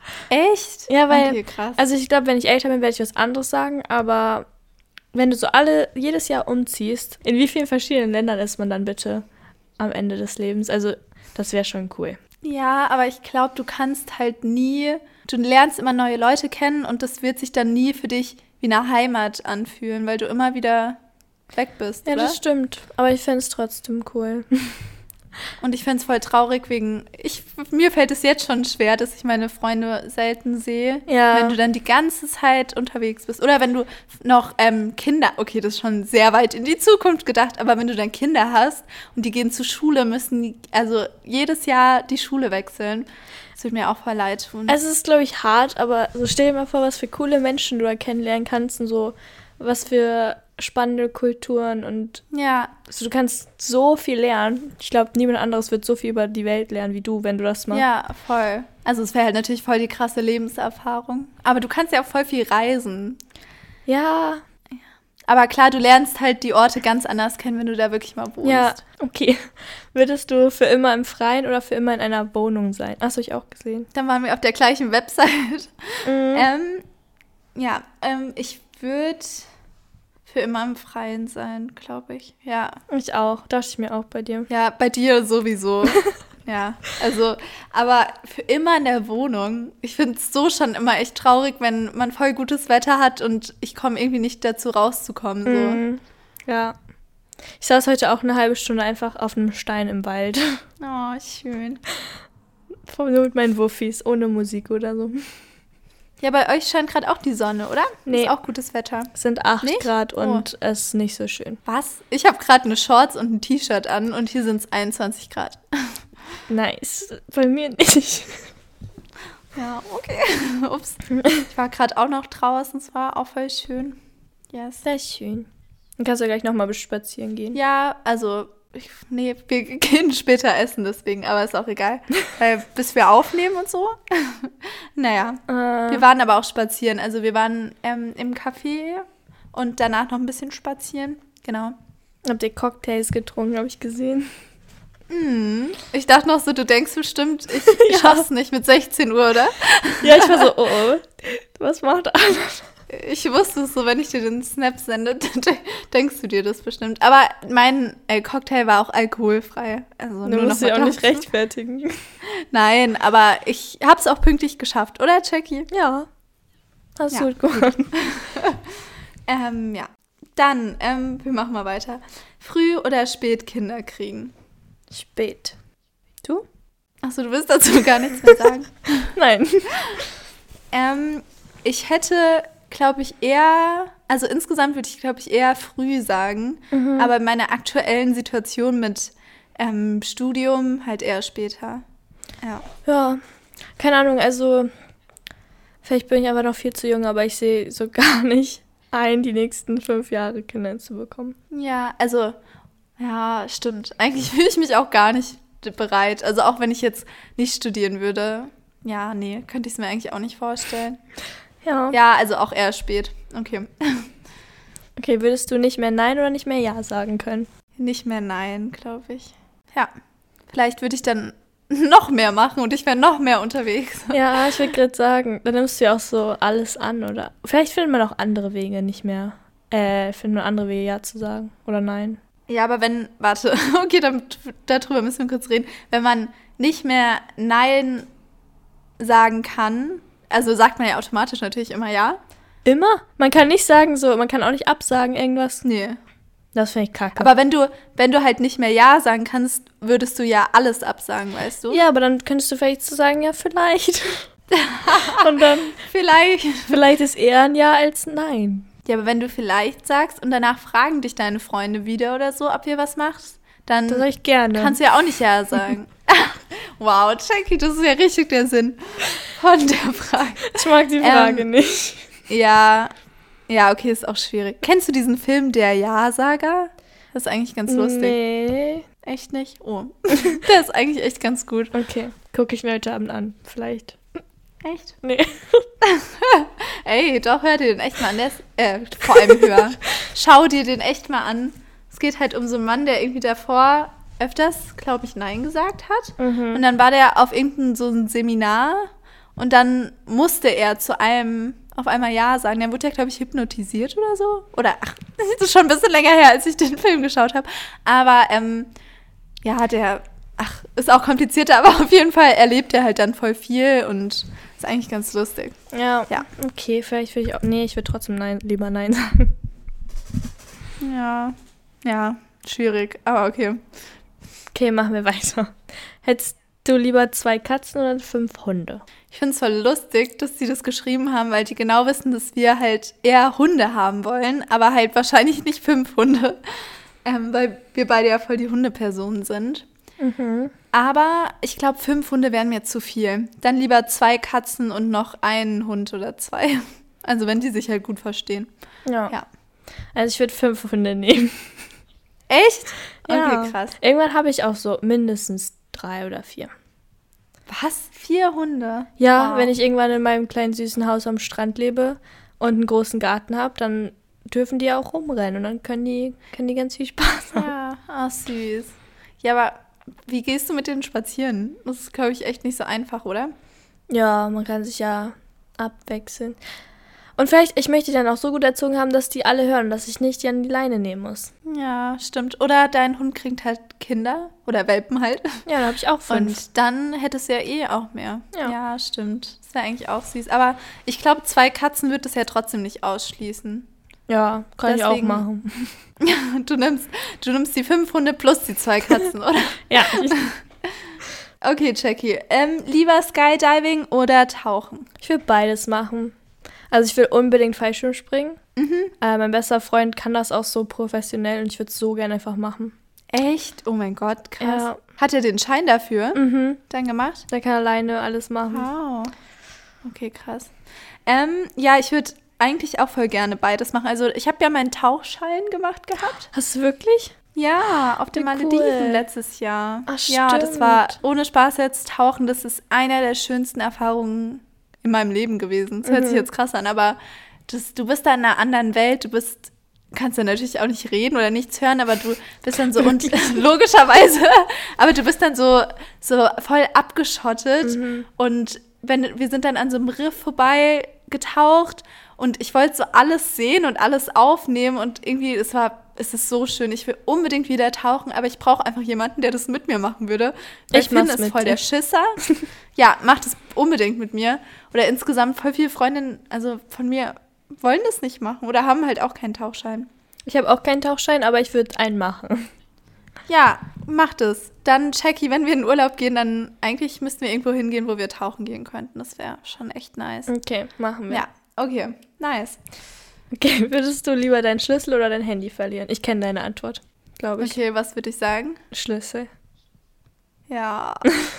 Speaker 2: Echt?
Speaker 1: Ja, weil,
Speaker 2: okay, krass.
Speaker 1: Also ich glaube, wenn ich älter bin, werde ich was anderes sagen, aber wenn du so alle, jedes Jahr umziehst, in wie vielen verschiedenen Ländern ist man dann bitte am Ende des Lebens? Also das wäre schon cool.
Speaker 2: Ja, aber ich glaube, du kannst halt nie, du lernst immer neue Leute kennen und das wird sich dann nie für dich wie eine Heimat anfühlen, weil du immer wieder weg bist,
Speaker 1: Ja,
Speaker 2: oder?
Speaker 1: das stimmt, aber ich fände es trotzdem cool.
Speaker 2: Und ich fände es voll traurig wegen, ich, mir fällt es jetzt schon schwer, dass ich meine Freunde selten sehe,
Speaker 1: Ja.
Speaker 2: wenn du dann die ganze Zeit unterwegs bist. Oder wenn du noch ähm, Kinder, okay, das ist schon sehr weit in die Zukunft gedacht, aber wenn du dann Kinder hast und die gehen zur Schule, müssen die, also jedes Jahr die Schule wechseln. Das würde mir auch voll leid tun.
Speaker 1: Also es ist, glaube ich, hart, aber so stell dir mal vor, was für coole Menschen du da kennenlernen kannst und so, was für spannende Kulturen und
Speaker 2: ja,
Speaker 1: also du kannst so viel lernen. Ich glaube, niemand anderes wird so viel über die Welt lernen wie du, wenn du das machst.
Speaker 2: ja, voll. Also es wäre halt natürlich voll die krasse Lebenserfahrung. Aber du kannst ja auch voll viel reisen.
Speaker 1: Ja,
Speaker 2: Aber klar, du lernst halt die Orte ganz anders kennen, wenn du da wirklich mal wohnst.
Speaker 1: ja, okay. Würdest du für immer im Freien oder für immer in einer Wohnung sein? Hast du ich auch gesehen.
Speaker 2: Dann waren wir auf der gleichen Website.
Speaker 1: Mhm.
Speaker 2: Ähm, ja, ähm, ich würde für immer im Freien sein, glaube ich. Ja.
Speaker 1: Ich auch, dachte ich mir auch bei dir.
Speaker 2: Ja, bei dir sowieso. Ja, also, aber für immer in der Wohnung. Ich finde es so schon immer echt traurig, wenn man voll gutes Wetter hat und ich komme irgendwie nicht dazu rauszukommen. So.
Speaker 1: Mhm. Ja. Ich saß heute auch eine halbe Stunde einfach auf einem Stein im Wald.
Speaker 2: Oh, schön.
Speaker 1: Nur mit meinen Wuffis, ohne Musik oder so.
Speaker 2: Ja, bei euch scheint gerade auch die Sonne, oder?
Speaker 1: Nee.
Speaker 2: Ist auch gutes Wetter.
Speaker 1: Es sind acht
Speaker 2: Nicht?
Speaker 1: Grad und es ist nicht so schön.
Speaker 2: Was? Ich habe gerade eine Shorts und ein T-Shirt an und hier sind es einundzwanzig Grad.
Speaker 1: Nice. Bei mir nicht.
Speaker 2: Ja, okay. Ups. Ich war gerade auch noch draußen, es war auch voll schön. Yes.
Speaker 1: Sehr schön. Dann kannst du ja gleich nochmal spazieren gehen.
Speaker 2: Ja, also, ich, nee, wir gehen später essen deswegen, aber ist auch egal. Weil bis wir aufnehmen und so. Naja,
Speaker 1: Äh,
Speaker 2: wir waren aber auch spazieren. Also wir waren ähm, im Café und danach noch ein bisschen spazieren. Genau.
Speaker 1: habt ihr Cocktails getrunken, habe ich gesehen.
Speaker 2: Mm. Ich dachte noch so, du denkst bestimmt, ich, ich
Speaker 1: Ja.
Speaker 2: schaff's nicht mit sechzehn Uhr, oder?
Speaker 1: Ja, ich war so, oh, oh. Was macht Anna?
Speaker 2: Ich wusste es so, wenn ich dir den Snap sende, denkst du dir das bestimmt. Aber mein äh, Cocktail war auch alkoholfrei. Also
Speaker 1: Du
Speaker 2: nur
Speaker 1: musst
Speaker 2: noch
Speaker 1: dich
Speaker 2: mal
Speaker 1: auch nicht
Speaker 2: dazu.
Speaker 1: rechtfertigen.
Speaker 2: Nein, aber ich hab's auch pünktlich geschafft, oder, Jackie?
Speaker 1: Ja. Hast
Speaker 2: Ja,
Speaker 1: du gut gemacht.
Speaker 2: Ähm, ja. Dann, ähm, wir machen mal weiter. Früh oder spät Kinder kriegen?
Speaker 1: Spät. Du?
Speaker 2: Achso, du willst dazu gar nichts mehr sagen.
Speaker 1: Nein.
Speaker 2: ähm, ich hätte, glaube ich, eher, also insgesamt würde ich, glaube ich, eher früh sagen,
Speaker 1: Mhm.
Speaker 2: aber in meiner aktuellen Situation mit ähm, Studium halt eher später. Ja.
Speaker 1: Ja, keine Ahnung, also vielleicht bin ich aber noch viel zu jung, aber ich sehe so gar nicht ein, die nächsten fünf Jahre Kinder zu bekommen.
Speaker 2: Ja, also, ja, stimmt. Eigentlich fühle ich mich auch gar nicht bereit. Also auch wenn ich jetzt nicht studieren würde. Ja, nee, könnte ich es mir eigentlich auch nicht vorstellen.
Speaker 1: Ja.
Speaker 2: Ja, also auch eher spät. Okay.
Speaker 1: Okay, würdest du nicht mehr Nein oder nicht mehr Ja sagen können?
Speaker 2: Nicht mehr nein, glaube ich. Ja. Vielleicht würde ich dann noch mehr machen und ich wäre noch mehr unterwegs.
Speaker 1: Ja, ich würde gerade sagen, dann nimmst du ja auch so alles an, oder? Vielleicht findet man auch andere Wege nicht mehr. Äh, findet man andere Wege, Ja zu sagen oder Nein.
Speaker 2: Ja, aber wenn, warte, okay, dann, darüber müssen wir kurz reden. Wenn man nicht mehr Nein sagen kann, also sagt man ja automatisch natürlich immer Ja.
Speaker 1: Immer? Man kann nicht sagen so, man kann auch nicht absagen irgendwas.
Speaker 2: Nee.
Speaker 1: Das finde ich kacke.
Speaker 2: Aber wenn du, wenn du halt nicht mehr Ja sagen kannst, würdest du ja alles absagen, weißt du?
Speaker 1: ja, aber dann könntest du vielleicht so sagen, ja, vielleicht. Und dann,
Speaker 2: Vielleicht.
Speaker 1: vielleicht ist eher ein Ja als ein Nein.
Speaker 2: Ja, aber wenn du vielleicht sagst und danach fragen dich deine Freunde wieder oder so, ob ihr was macht, dann
Speaker 1: Das sag ich gerne.
Speaker 2: kannst du ja auch nicht Ja sagen. Wow, Jackie, das ist ja richtig der Sinn von der Frage.
Speaker 1: ich mag die Frage
Speaker 2: Ähm,
Speaker 1: nicht.
Speaker 2: Ja, ja, okay, ist auch schwierig. Kennst du diesen Film Der Ja-Sager? Das ist eigentlich ganz lustig.
Speaker 1: Nee.
Speaker 2: Echt nicht? Oh, der ist eigentlich echt ganz gut.
Speaker 1: Okay, gucke ich mir heute Abend an. Vielleicht.
Speaker 2: Echt?
Speaker 1: Nee.
Speaker 2: Ey, doch, hör dir den echt mal an. Der ist, äh, vor allem höher. Schau dir den echt mal an. Es geht halt um so einen Mann, der irgendwie davor öfters, glaube ich, Nein gesagt hat.
Speaker 1: Mhm.
Speaker 2: Und dann war der auf irgendein so ein Seminar Und dann musste er zu allem auf einmal Ja sagen. Dann wurde er, glaube ich, hypnotisiert oder so. Oder, ach, das ist schon ein bisschen länger her, als ich den Film geschaut habe. Aber, ähm, ja, der, ach, ist auch komplizierter, aber auf jeden Fall erlebt er halt dann voll viel und ist eigentlich ganz lustig.
Speaker 1: Ja,
Speaker 2: Ja.
Speaker 1: Okay, vielleicht würde ich auch, nee, ich würde trotzdem nein, lieber Nein sagen.
Speaker 2: Ja, ja, schwierig, aber okay.
Speaker 1: Okay, machen wir weiter. Hättest du lieber zwei Katzen oder fünf Hunde?
Speaker 2: Ich finde es voll lustig, dass die das geschrieben haben, weil die genau wissen, dass wir halt eher Hunde haben wollen, aber halt wahrscheinlich nicht fünf Hunde, ähm, weil wir beide ja voll die Hundepersonen sind.
Speaker 1: Mhm.
Speaker 2: Aber ich glaube, fünf Hunde wären mir zu viel. Dann lieber zwei Katzen und noch einen Hund oder zwei. Also wenn die sich halt gut verstehen.
Speaker 1: Ja.
Speaker 2: Ja.
Speaker 1: Also ich würde fünf Hunde nehmen.
Speaker 2: Echt?
Speaker 1: Ja.
Speaker 2: Okay, krass.
Speaker 1: Irgendwann habe ich auch so mindestens drei oder vier.
Speaker 2: Was? Vier Hunde?
Speaker 1: Ja,
Speaker 2: Wow.
Speaker 1: wenn ich irgendwann in meinem kleinen süßen Haus am Strand lebe und einen großen Garten habe, dann dürfen die auch rumrennen und dann können die, können die ganz viel Spaß haben.
Speaker 2: Ja, ach süß. Ja, aber wie gehst du mit denen spazieren? Das ist, glaube ich, echt nicht so einfach, oder?
Speaker 1: Ja, man kann sich ja abwechseln. Und vielleicht, ich möchte die dann auch so gut erzogen haben, dass die alle hören, dass ich nicht die an die Leine nehmen muss.
Speaker 2: Ja, stimmt. Oder dein Hund kriegt halt Kinder oder Welpen halt.
Speaker 1: Ja, da habe ich auch fünf.
Speaker 2: Und dann hättest du ja eh auch mehr.
Speaker 1: Ja.
Speaker 2: Ja, stimmt. Das wäre eigentlich auch süß. Aber ich glaube, zwei Katzen wird das ja trotzdem nicht ausschließen.
Speaker 1: Ja, kann ich auch
Speaker 2: Deswegen-
Speaker 1: machen.
Speaker 2: Du nimmst, du nimmst die fünf Hunde plus die zwei Katzen, oder?
Speaker 1: Ja.
Speaker 2: Okay, Jackie. Ähm, lieber Skydiving oder Tauchen?
Speaker 1: Ich will beides machen. Also ich will unbedingt Fallschirm springen.
Speaker 2: Mhm.
Speaker 1: Äh, mein bester Freund kann das auch so professionell und ich würde es so gerne einfach machen.
Speaker 2: Echt? Oh mein Gott, krass.
Speaker 1: Ja.
Speaker 2: Hat er den Schein dafür
Speaker 1: Mhm.
Speaker 2: dann gemacht?
Speaker 1: Der kann alleine alles machen.
Speaker 2: Wow. Okay, krass. Ähm, ja, ich würde eigentlich auch voll gerne beides machen. Also ich habe ja meinen Tauchschein gemacht gehabt.
Speaker 1: Hast du wirklich?
Speaker 2: Ja, auf den
Speaker 1: Wie
Speaker 2: Malediven
Speaker 1: cool.
Speaker 2: letztes Jahr.
Speaker 1: Ach,
Speaker 2: ja, das
Speaker 1: stimmt.
Speaker 2: war ohne Spaß jetzt Tauchen. Das ist einer der schönsten Erfahrungen in meinem Leben gewesen. Das hört sich
Speaker 1: Mhm.
Speaker 2: jetzt krass an, aber das, du bist da in einer anderen Welt. Du bist, kannst ja natürlich auch nicht reden oder nichts hören, aber du bist dann so und logischerweise, aber du bist dann so so voll abgeschottet
Speaker 1: Mhm.
Speaker 2: und wenn wir sind dann an so einem Riff vorbei getaucht und ich wollte so alles sehen und alles aufnehmen und irgendwie es war es ist so schön. Ich will unbedingt wieder tauchen, aber ich brauche einfach jemanden, der das mit mir machen würde. Weil
Speaker 1: Ich
Speaker 2: Finn
Speaker 1: mach's
Speaker 2: ist
Speaker 1: mit
Speaker 2: voll
Speaker 1: dir.
Speaker 2: der Schisser. Ja, mach das unbedingt mit mir. Oder insgesamt voll viele Freundinnen, also von mir, wollen das nicht machen oder haben halt auch keinen Tauchschein.
Speaker 1: Ich habe auch keinen Tauchschein, aber ich würde einen machen.
Speaker 2: Ja, mach das. Dann, Jackie, wenn wir in Urlaub gehen, dann eigentlich müssten wir irgendwo hingehen, wo wir tauchen gehen könnten. Das wäre schon echt nice.
Speaker 1: Okay, machen wir.
Speaker 2: Ja, okay, nice.
Speaker 1: Okay, würdest du lieber deinen Schlüssel oder dein Handy verlieren? Ich kenne deine Antwort, glaube ich.
Speaker 2: Okay, was würde ich sagen?
Speaker 1: Schlüssel.
Speaker 2: Ja.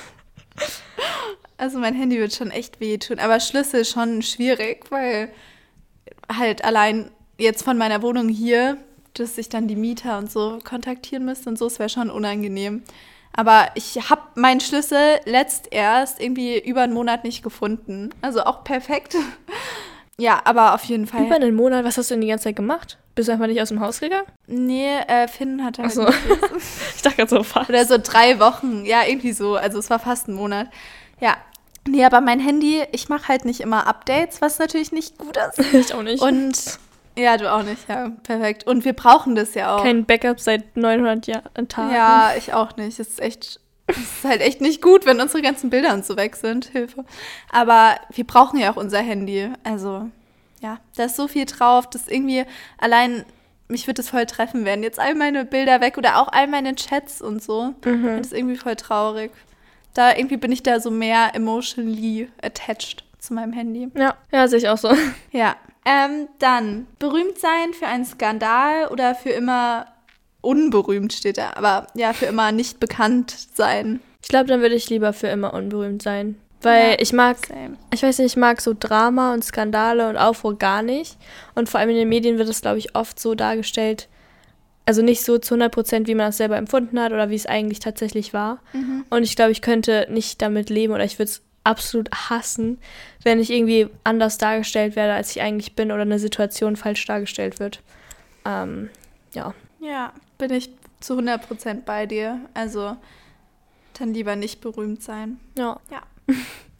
Speaker 2: Also mein Handy wird schon echt wehtun, aber Schlüssel schon schwierig, weil halt allein jetzt von meiner Wohnung hier, dass ich dann die Mieter und so kontaktieren müsste und so, es wäre schon unangenehm. Aber ich habe meinen Schlüssel letzt erst irgendwie über einen Monat nicht gefunden. Also auch perfekt. Ja, aber auf jeden Fall.
Speaker 1: Über einen Monat, was hast du denn die ganze Zeit gemacht? Bist du einfach nicht aus dem Haus gegangen?
Speaker 2: Nee, äh, Finn hatte halt
Speaker 1: Ach so.
Speaker 2: nicht.
Speaker 1: Ich dachte gerade so fast.
Speaker 2: Oder so drei Wochen. Ja, irgendwie so. Also es war fast ein Monat. Ja. Nee, aber mein Handy, ich mache halt nicht immer Updates, was natürlich nicht gut ist.
Speaker 1: Ich auch nicht.
Speaker 2: Und ja, du auch nicht. Ja, perfekt. Und wir brauchen das ja auch.
Speaker 1: Kein Backup seit neunhundert Jahren Tagen.
Speaker 2: Ja, ich auch nicht. Es ist echt, es ist halt echt nicht gut, wenn unsere ganzen Bilder und so weg sind. Hilfe. Aber wir brauchen ja auch unser Handy. Also, ja, da ist so viel drauf, dass irgendwie allein, mich wird es voll treffen, werden jetzt all meine Bilder weg oder auch all meine Chats und so.
Speaker 1: Mhm.
Speaker 2: Das ist irgendwie voll traurig. Da irgendwie bin ich da so mehr emotionally attached zu meinem Handy.
Speaker 1: Ja, ja, sehe ich auch so.
Speaker 2: Ja. Ähm, dann, berühmt sein für einen Skandal oder für immer unberühmt steht da. Aber ja, für immer nicht bekannt sein.
Speaker 1: Ich glaube, dann würde ich lieber für immer unberühmt sein. Weil
Speaker 2: Ja,
Speaker 1: ich mag,
Speaker 2: Same.
Speaker 1: ich weiß nicht, ich mag so Drama und Skandale und Aufruhr gar nicht. Und vor allem in den Medien wird es, glaube ich, oft so dargestellt, also nicht so zu hundert Prozent, wie man das selber empfunden hat oder wie es eigentlich tatsächlich war.
Speaker 2: Mhm.
Speaker 1: Und ich glaube, ich könnte nicht damit leben oder ich würde es absolut hassen, wenn ich irgendwie anders dargestellt werde, als ich eigentlich bin oder eine Situation falsch dargestellt wird. Ähm, ja.
Speaker 2: Ja, bin ich zu hundert Prozent bei dir. Also dann lieber nicht berühmt sein.
Speaker 1: Ja.
Speaker 2: Ja.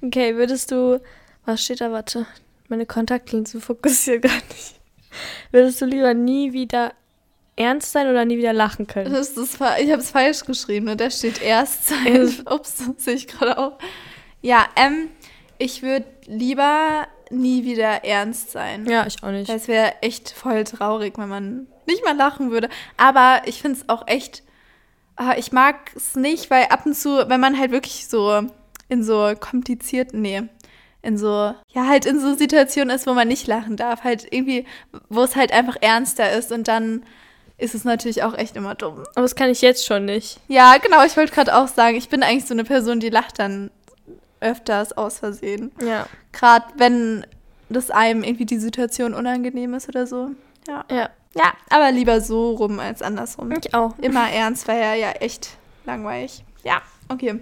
Speaker 1: Okay, würdest du, was steht da, warte, meine Kontaktlinsen fokussieren gar nicht. Würdest du lieber nie wieder ernst sein oder nie wieder lachen können?
Speaker 2: Das ist, ich habe es falsch geschrieben, ne? Da steht erst sein. Ups, sehe ich gerade auch. Ja, ähm, ich würde lieber nie wieder ernst sein.
Speaker 1: Ja, ich auch nicht.
Speaker 2: Das wäre echt voll traurig, wenn man nicht mal lachen würde. Aber ich finde es auch echt, äh, ich mag es nicht, weil ab und zu, wenn man halt wirklich so in so komplizierten, nee, in so, ja, halt in so Situationen ist, wo man nicht lachen darf, halt irgendwie, wo es halt einfach ernster ist und dann ist es natürlich auch echt immer dumm.
Speaker 1: Aber das kann ich jetzt schon nicht.
Speaker 2: Ja, genau, ich wollte gerade auch sagen, ich bin eigentlich so eine Person, die lacht dann öfters aus Versehen.
Speaker 1: Ja.
Speaker 2: Gerade wenn das einem irgendwie die Situation unangenehm ist oder so. Ja.
Speaker 1: Ja.
Speaker 2: Ja, aber lieber so rum als andersrum.
Speaker 1: Ich auch.
Speaker 2: Immer ernst wäre ja, ja echt langweilig. Ja, okay.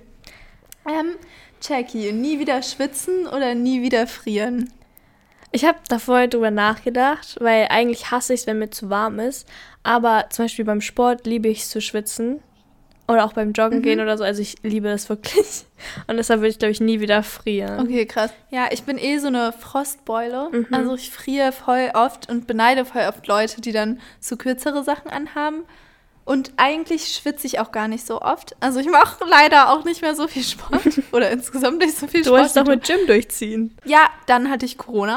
Speaker 2: Ähm, Jackie, nie wieder schwitzen oder nie wieder frieren?
Speaker 1: Ich habe da vorher drüber nachgedacht, weil eigentlich hasse ich es, wenn mir zu warm ist. Aber zum Beispiel beim Sport liebe ich es zu schwitzen. Oder auch beim Joggen mhm. gehen oder so. Also ich liebe das wirklich. Und deshalb würde ich, glaube ich, nie wieder frieren.
Speaker 2: Okay, krass. Ja, ich bin eh so eine Frostbeule.
Speaker 1: Mhm.
Speaker 2: Also ich friere voll oft und beneide voll oft Leute, die dann so kürzere Sachen anhaben. Und eigentlich schwitze ich auch gar nicht so oft. Also ich mache leider auch nicht mehr so viel Sport. Oder insgesamt nicht so viel
Speaker 1: du
Speaker 2: Sport.
Speaker 1: Du wolltest doch mit Gym durchziehen.
Speaker 2: Ja, dann hatte ich Corona.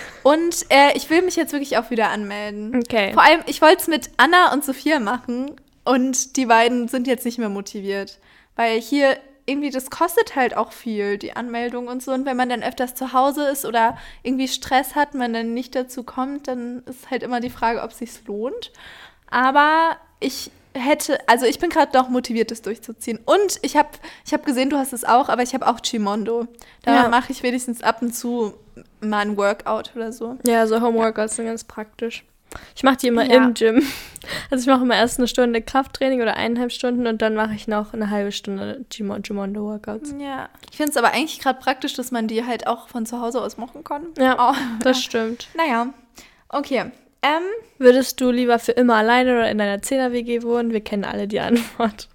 Speaker 2: Und äh, ich will mich jetzt wirklich auch wieder anmelden.
Speaker 1: Okay.
Speaker 2: Vor allem, ich wollte es mit Anna und Sophia machen. Und die beiden sind jetzt nicht mehr motiviert. Weil hier irgendwie, das kostet halt auch viel, die Anmeldung und so. Und wenn man dann öfters zu Hause ist oder irgendwie Stress hat, man dann nicht dazu kommt, dann ist halt immer die Frage, ob es sich lohnt. Aber ich hätte, also ich bin gerade doch motiviert, das durchzuziehen. Und ich habe ich hab gesehen, du hast es auch, aber ich habe auch Gimondo. Da
Speaker 1: ja.
Speaker 2: mache ich wenigstens ab und zu mal ein Workout oder so.
Speaker 1: Ja, so Homeworkouts sind ganz praktisch. Ich mache die immer
Speaker 2: Ja.
Speaker 1: im Gym. Also ich mache immer erst eine Stunde Krafttraining oder eineinhalb Stunden und dann mache ich noch eine halbe Stunde Gimondo-Workouts.
Speaker 2: Ja. Ich finde es aber eigentlich gerade praktisch, dass man die halt auch von zu Hause aus machen kann.
Speaker 1: Ja,
Speaker 2: oh.
Speaker 1: das stimmt.
Speaker 2: Naja, okay. Ähm,
Speaker 1: Würdest du lieber für immer alleine oder in deiner Zehner-W G wohnen? Wir kennen alle die Antwort.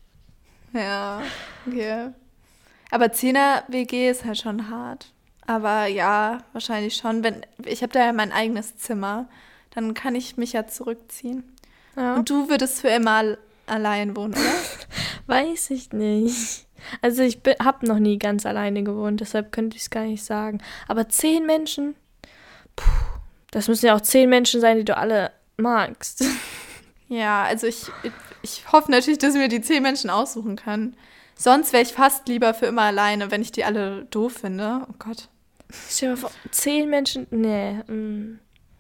Speaker 2: Ja, okay. Aber Zehner-W G ist halt schon hart. Aber ja, wahrscheinlich schon. Wenn, ich habe da ja mein eigenes Zimmer. Dann kann ich mich ja zurückziehen.
Speaker 1: Ja.
Speaker 2: Und du würdest für immer allein wohnen, oder?
Speaker 1: Weiß ich nicht. Also ich habe noch nie ganz alleine gewohnt, deshalb könnte ich es gar nicht sagen. Aber zehn Menschen? Puh, das müssen ja auch zehn Menschen sein, die du alle magst.
Speaker 2: Ja, also ich, ich, ich hoffe natürlich, dass ich mir die zehn Menschen aussuchen kann. Sonst wäre ich fast lieber für immer alleine, wenn ich die alle doof finde. Oh Gott.
Speaker 1: Stell dir mal vor, zehn Menschen? Nee, mh.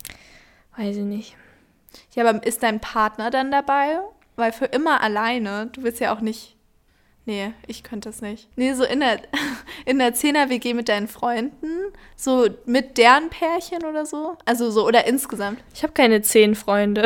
Speaker 1: Weiß ich nicht.
Speaker 2: Ja, aber ist dein Partner dann dabei? Weil für immer alleine, du willst ja auch nicht... Nee, ich könnte das nicht. Nee, so in der, in der Zehner-W G mit deinen Freunden, so mit deren Pärchen oder so? Also so, oder insgesamt?
Speaker 1: Ich habe keine zehn Freunde.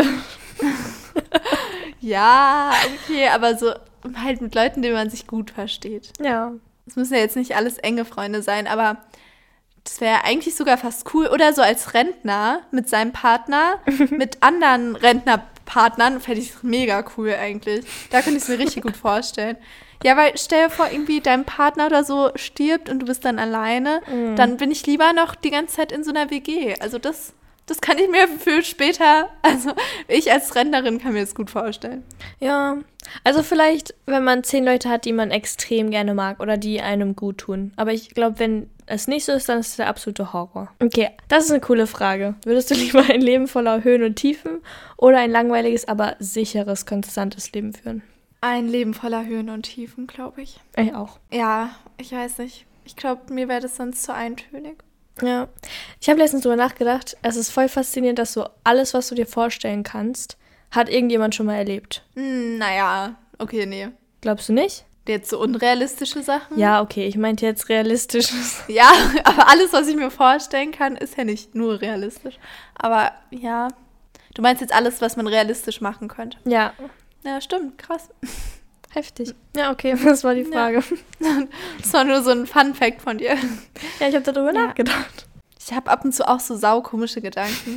Speaker 2: Ja, okay, aber so halt mit Leuten, denen man sich gut versteht.
Speaker 1: Ja.
Speaker 2: Es müssen ja jetzt nicht alles enge Freunde sein, aber... Das wäre eigentlich sogar fast cool. Oder so als Rentner mit seinem Partner, mit anderen Rentnerpartnern, fände ich mega cool eigentlich. Da könnte ich es mir richtig gut vorstellen. Ja, weil stell dir vor, irgendwie dein Partner oder so stirbt und du bist dann alleine, mhm. dann bin ich lieber noch die ganze Zeit in so einer W G. Also das, das kann ich mir für später, also ich als Rentnerin kann mir das gut vorstellen.
Speaker 1: Ja, also vielleicht, wenn man zehn Leute hat, die man extrem gerne mag oder die einem gut tun. Aber ich glaube, wenn es nicht so ist, dann ist es der absolute Horror. Okay, das ist eine coole Frage. Würdest du lieber ein Leben voller Höhen und Tiefen oder ein langweiliges, aber sicheres, konstantes Leben führen?
Speaker 2: Ein Leben voller Höhen und Tiefen, glaube ich.
Speaker 1: Ich auch.
Speaker 2: Ja, ich weiß nicht. Ich glaube, mir wäre das sonst zu eintönig.
Speaker 1: Ja, ich habe letztens drüber nachgedacht. Es ist voll faszinierend, dass so alles, was du dir vorstellen kannst, hat irgendjemand schon mal erlebt.
Speaker 2: Hm, naja, okay, nee.
Speaker 1: Glaubst du nicht?
Speaker 2: Jetzt so unrealistische Sachen?
Speaker 1: Ja, okay, ich meinte jetzt realistisches.
Speaker 2: Ja, aber alles, was ich mir vorstellen kann, ist ja nicht nur realistisch. Aber ja, du meinst jetzt alles, was man realistisch machen könnte?
Speaker 1: Ja.
Speaker 2: Ja, stimmt, krass.
Speaker 1: Heftig. Ja, okay, das war die Frage.
Speaker 2: Ja. Das war nur so ein Fun-Fact von dir.
Speaker 1: Ja, ich habe darüber
Speaker 2: ja.
Speaker 1: nachgedacht.
Speaker 2: Ich habe ab und zu auch so saukomische Gedanken.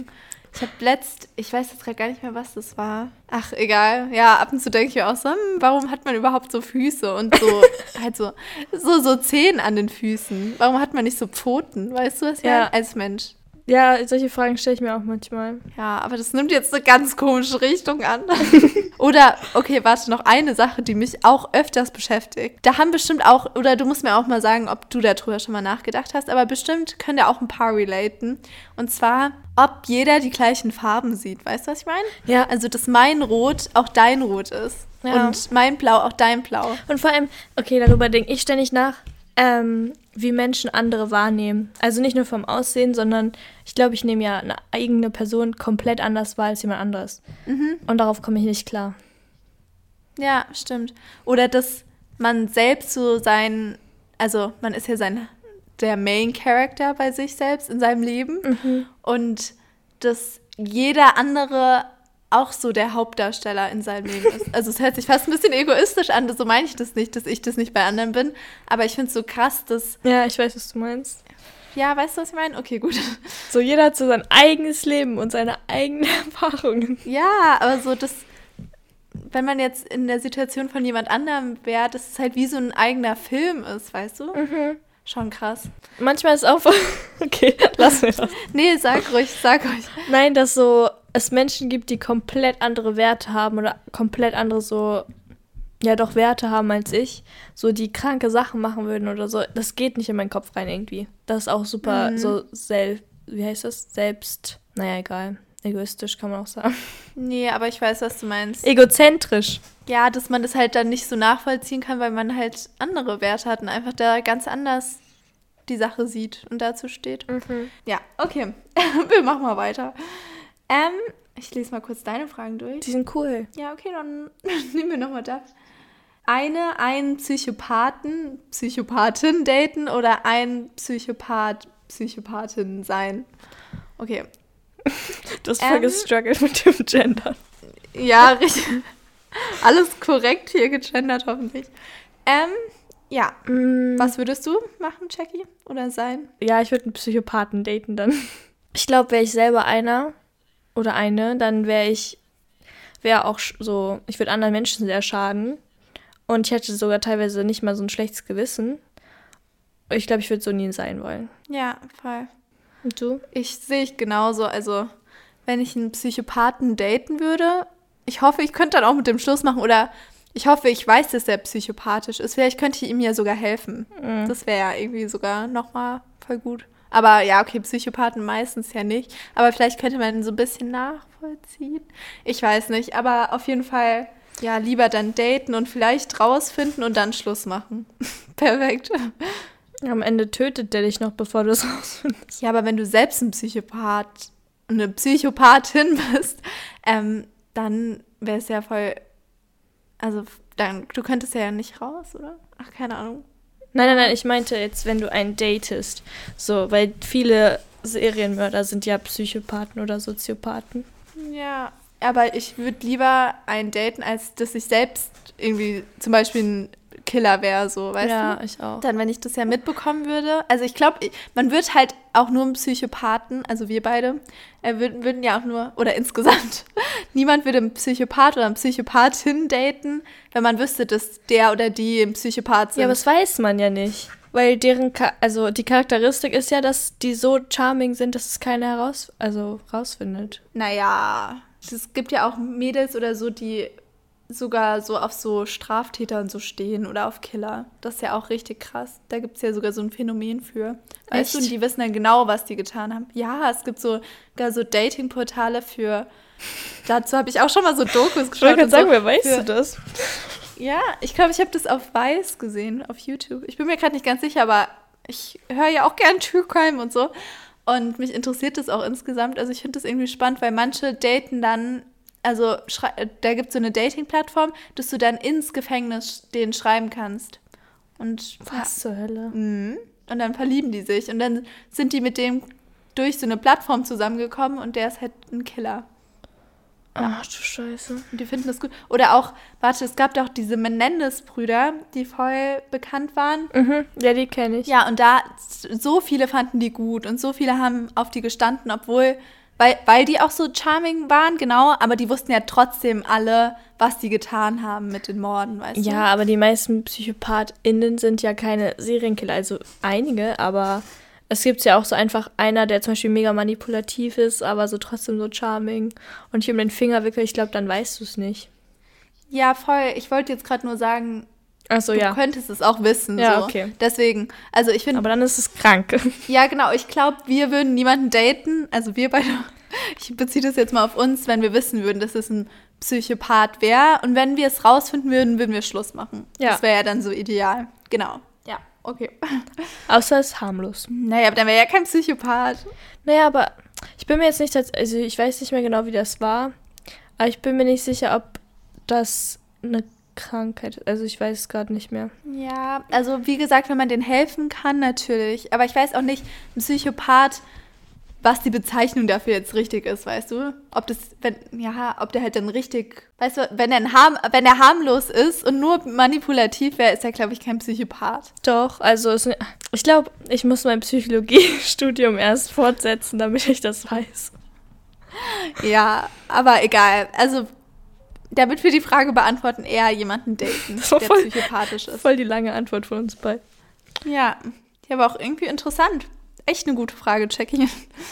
Speaker 2: Ich habe letzt, ich weiß jetzt gerade gar nicht mehr, was das war. Ach, egal. Ja, ab und zu denke ich mir auch so, hm, warum hat man überhaupt so Füße und so, halt so, so, so Zehen an den Füßen? Warum hat man nicht so Pfoten? Weißt du, was ich
Speaker 1: Ja.
Speaker 2: meine? Als Mensch.
Speaker 1: Ja, solche Fragen stelle ich mir auch manchmal.
Speaker 2: Ja, aber das nimmt jetzt eine ganz komische Richtung an. Oder, okay, warte, noch eine Sache, die mich auch öfters beschäftigt. Da haben bestimmt auch, oder du musst mir auch mal sagen, ob du darüber schon mal nachgedacht hast, aber bestimmt können da auch ein paar relaten. Und zwar, ob jeder die gleichen Farben sieht. Weißt du, was ich meine?
Speaker 1: Ja.
Speaker 2: Also, dass mein Rot auch dein Rot ist.
Speaker 1: Ja.
Speaker 2: Und mein Blau auch dein Blau.
Speaker 1: Und vor allem, okay, darüber denke ich ständig nach, ähm, wie Menschen andere wahrnehmen. Also nicht nur vom Aussehen, sondern ich glaube, ich nehme ja eine eigene Person komplett anders wahr als jemand anderes.
Speaker 2: Mhm.
Speaker 1: Und darauf komme ich nicht klar.
Speaker 2: Ja, stimmt. Oder dass man selbst so sein, also man ist ja sein, der Main Character bei sich selbst in seinem Leben.
Speaker 1: Mhm.
Speaker 2: Und dass jeder andere auch so der Hauptdarsteller in seinem Leben ist. Also es hört sich fast ein bisschen egoistisch an, so meine ich das nicht, dass ich das nicht bei anderen bin. Aber ich finde es so krass, dass,
Speaker 1: Ja, ich weiß, was du meinst.
Speaker 2: ja, weißt du, was ich meine? Okay, gut.
Speaker 1: So, jeder hat so sein eigenes Leben und seine eigenen Erfahrungen.
Speaker 2: Ja, aber so, dass, wenn man jetzt in der Situation von jemand anderem wäre, dass es halt wie so ein eigener Film ist, weißt du?
Speaker 1: Mhm.
Speaker 2: Schon krass.
Speaker 1: Manchmal ist auch... Okay, lass mir das.
Speaker 2: Nee, sag ruhig, sag ruhig.
Speaker 1: Nein, dass so es Menschen gibt, die komplett andere Werte haben oder komplett andere so, ja doch Werte haben als ich, so die kranke Sachen machen würden oder so. Das geht nicht in meinen Kopf rein irgendwie. Das ist auch super
Speaker 2: Mhm.
Speaker 1: so selbst, wie heißt das? Selbst, naja, egal. Egoistisch kann man auch sagen.
Speaker 2: Nee, aber ich weiß, was du meinst.
Speaker 1: Egozentrisch.
Speaker 2: Ja, dass man das halt dann nicht so nachvollziehen kann, weil man halt andere Werte hat und einfach da ganz anders die Sache sieht und dazu steht.
Speaker 1: Mhm.
Speaker 2: Ja, okay. Wir machen mal weiter. Ähm, ich lese mal kurz deine Fragen durch.
Speaker 1: Die sind cool.
Speaker 2: Ja, okay, dann nehmen wir nochmal das. Eine, einen Psychopathen, Psychopathin daten oder ein Psychopath, Psychopathin sein. Okay.
Speaker 1: Du hast
Speaker 2: Ähm.
Speaker 1: voll gestruggelt mit dem Gender.
Speaker 2: Ja, richtig. Alles korrekt hier gegendert, hoffentlich. Ähm, ja.
Speaker 1: Mm,
Speaker 2: Was würdest du machen, Jackie? Oder sein?
Speaker 1: Ja, ich würde einen Psychopathen daten dann. Ich glaube, wäre ich selber einer oder eine, dann wäre ich, wäre auch sch- so, ich würde anderen Menschen sehr schaden. Und ich hätte sogar teilweise nicht mal so ein schlechtes Gewissen. Ich glaube, ich würde so nie sein wollen.
Speaker 2: Ja, voll.
Speaker 1: Und du?
Speaker 2: Ich sehe ich genauso. Also, wenn ich einen Psychopathen daten würde, ich hoffe, ich könnte dann auch mit dem Schluss machen. Oder ich hoffe, ich weiß, dass er psychopathisch ist. Vielleicht könnte ich ihm ja sogar helfen.
Speaker 1: Mhm.
Speaker 2: Das wäre ja irgendwie sogar nochmal voll gut. Aber ja, okay, Psychopathen meistens ja nicht. Aber vielleicht könnte man ihn so ein bisschen nachvollziehen. Ich weiß nicht. Aber auf jeden Fall, ja, lieber dann daten und vielleicht rausfinden und dann Schluss machen. Perfekt.
Speaker 1: Am Ende tötet der dich noch, bevor du es rausfindest.
Speaker 2: Ja, aber wenn du selbst ein Psychopath, eine Psychopathin bist, ähm, dann wäre es ja voll, also dann, du könntest ja nicht raus, oder? Ach, keine Ahnung.
Speaker 1: Nein, nein, nein, ich meinte jetzt, wenn du einen datest. So, weil viele Serienmörder sind ja Psychopathen oder Soziopathen.
Speaker 2: Ja, aber ich würde lieber einen daten, als dass ich selbst irgendwie zum Beispiel ein Killer wäre, so, weißt
Speaker 1: ja,
Speaker 2: du?
Speaker 1: ich auch.
Speaker 2: Dann, wenn ich das ja mitbekommen würde. Also ich glaube, man wird halt auch nur einen Psychopathen, also wir beide, äh, würden, würden ja auch nur, oder insgesamt, niemand würde einen Psychopath oder eine Psychopathin daten, wenn man wüsste, dass der oder die ein Psychopath sind.
Speaker 1: Ja, aber das weiß man ja nicht. Weil deren, Ka- also die Charakteristik ist ja, dass die so charming sind, dass es keiner heraus, also rausfindet.
Speaker 2: Naja, es gibt ja auch Mädels oder so, die sogar so auf so Straftäter und so stehen oder auf Killer. Das ist ja auch richtig krass. Da gibt es ja sogar so ein Phänomen für. Weißt du,
Speaker 1: Echt?
Speaker 2: und die wissen dann genau, was die getan haben. Ja, es gibt so, sogar so Dating-Portale für, dazu habe ich auch schon mal so Dokus geschaut.
Speaker 1: Ich wollte gerade
Speaker 2: und
Speaker 1: sagen,
Speaker 2: so,
Speaker 1: wer weißt
Speaker 2: für,
Speaker 1: du das?
Speaker 2: Ja, ich glaube, ich habe das auf Vice gesehen, auf YouTube. Ich bin mir gerade nicht ganz sicher, aber ich höre ja auch gern True Crime und so. Und mich interessiert das auch insgesamt. Also ich finde das irgendwie spannend, weil manche daten dann, also schrei- da gibt es so eine Dating-Plattform, dass du dann ins Gefängnis denen schreiben kannst. Und
Speaker 1: Was zur Hölle?
Speaker 2: Mhm. Und dann verlieben die sich. Und dann sind die mit dem durch so eine Plattform zusammengekommen und der ist halt ein Killer.
Speaker 1: Ach du Scheiße.
Speaker 2: Und die finden das gut. Oder auch, warte, es gab doch diese Menendez-Brüder, die voll bekannt waren.
Speaker 1: Mhm. Ja, die kenne ich.
Speaker 2: Ja, und da, so viele fanden die gut und so viele haben auf die gestanden, obwohl weil, weil die auch so charming waren, genau, aber die wussten ja trotzdem alle, was die getan haben mit den Morden, weißt du?
Speaker 1: Ja, aber die meisten PsychopathInnen sind ja keine Serienkiller, also einige, aber es gibt ja auch so einfach einer, der zum Beispiel mega manipulativ ist, aber so trotzdem so charming und ich um den Finger wickle, ich glaube, dann weißt du es nicht.
Speaker 2: Ja, voll. Ich wollte jetzt gerade nur sagen,
Speaker 1: Ach so,
Speaker 2: du
Speaker 1: ja.
Speaker 2: könntest es auch wissen.
Speaker 1: Ja,
Speaker 2: so.
Speaker 1: okay.
Speaker 2: Deswegen, also ich finde...
Speaker 1: Aber dann ist es krank.
Speaker 2: Ja, genau. Ich glaube, wir würden niemanden daten, also wir beide, ich beziehe das jetzt mal auf uns, wenn wir wissen würden, dass es ein Psychopath wäre. Und wenn wir es rausfinden würden, würden wir Schluss machen.
Speaker 1: Ja.
Speaker 2: Das wäre ja dann so ideal. Genau. Ja, okay.
Speaker 1: Außer es ist harmlos.
Speaker 2: Naja, aber dann wäre ja kein Psychopath.
Speaker 1: Naja, aber ich bin mir jetzt nicht, also ich weiß nicht mehr genau, wie das war, aber ich bin mir nicht sicher, ob das eine Krankheit ist. Also ich weiß es gerade nicht mehr.
Speaker 2: Ja, also wie gesagt, wenn man denen helfen kann, natürlich. Aber ich weiß auch nicht, ein Psychopath, was die Bezeichnung dafür jetzt richtig ist, weißt du? Ob das, wenn, ja, ob der halt dann richtig, weißt du, wenn er, ein harm, wenn er harmlos ist und nur manipulativ wäre, ist er, glaube ich, kein Psychopath.
Speaker 1: Doch, also es, ich glaube, ich muss mein Psychologiestudium erst fortsetzen, damit ich das weiß.
Speaker 2: Ja, aber egal. Also, damit wir die Frage beantworten, eher jemanden daten, der
Speaker 1: voll,
Speaker 2: psychopathisch ist.
Speaker 1: Voll die lange Antwort von uns beiden.
Speaker 2: Ja, die aber auch irgendwie interessant. Echt eine gute Frage, Jackie.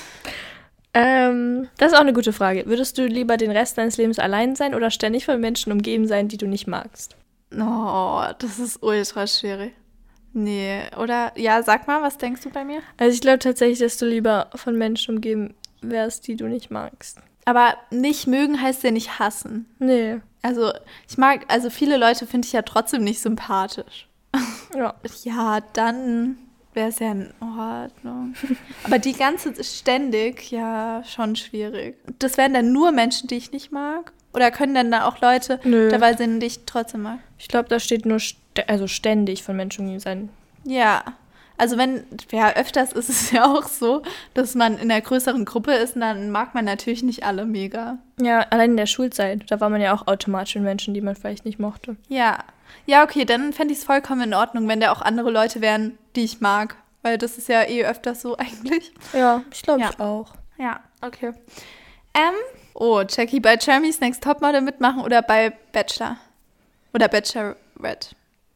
Speaker 1: Ähm, das ist auch eine gute Frage. Würdest du lieber den Rest deines Lebens allein sein oder ständig von Menschen umgeben sein, die du nicht magst?
Speaker 2: Oh, das ist ultra schwierig. Nee, oder? Ja, sag mal, was denkst du bei mir?
Speaker 1: Also ich glaube tatsächlich, dass du lieber von Menschen umgeben wärst, die du nicht magst.
Speaker 2: Aber nicht mögen heißt ja nicht hassen.
Speaker 1: Nee.
Speaker 2: Also, ich mag, also viele Leute finde ich ja trotzdem nicht sympathisch.
Speaker 1: Ja.
Speaker 2: Ja, dann wäre es ja in Ordnung. Aber die ganze ständig, ja, schon schwierig. Das wären dann nur Menschen, die ich nicht mag? Oder können dann da auch Leute
Speaker 1: Nö.
Speaker 2: dabei sein, die ich trotzdem mag?
Speaker 1: Ich glaube, da steht nur st- also ständig von Menschen umgeben sein.
Speaker 2: Ja. Also wenn, ja, öfters ist es ja auch so, dass man in einer größeren Gruppe ist und dann mag man natürlich nicht alle mega.
Speaker 1: Ja, allein in der Schulzeit, da war man ja auch automatisch mit Menschen, die man vielleicht nicht mochte.
Speaker 2: Ja. Ja, okay, dann fände ich es vollkommen in Ordnung, wenn da auch andere Leute wären, die ich mag. Weil das ist ja eh öfters so eigentlich.
Speaker 1: Ja, ich glaube
Speaker 2: Ja.
Speaker 1: ich auch.
Speaker 2: Ja, okay. Ähm, oh, Jackie, bei Jeremy's Next Topmodel mitmachen oder bei Bachelor? Oder Bachelorette?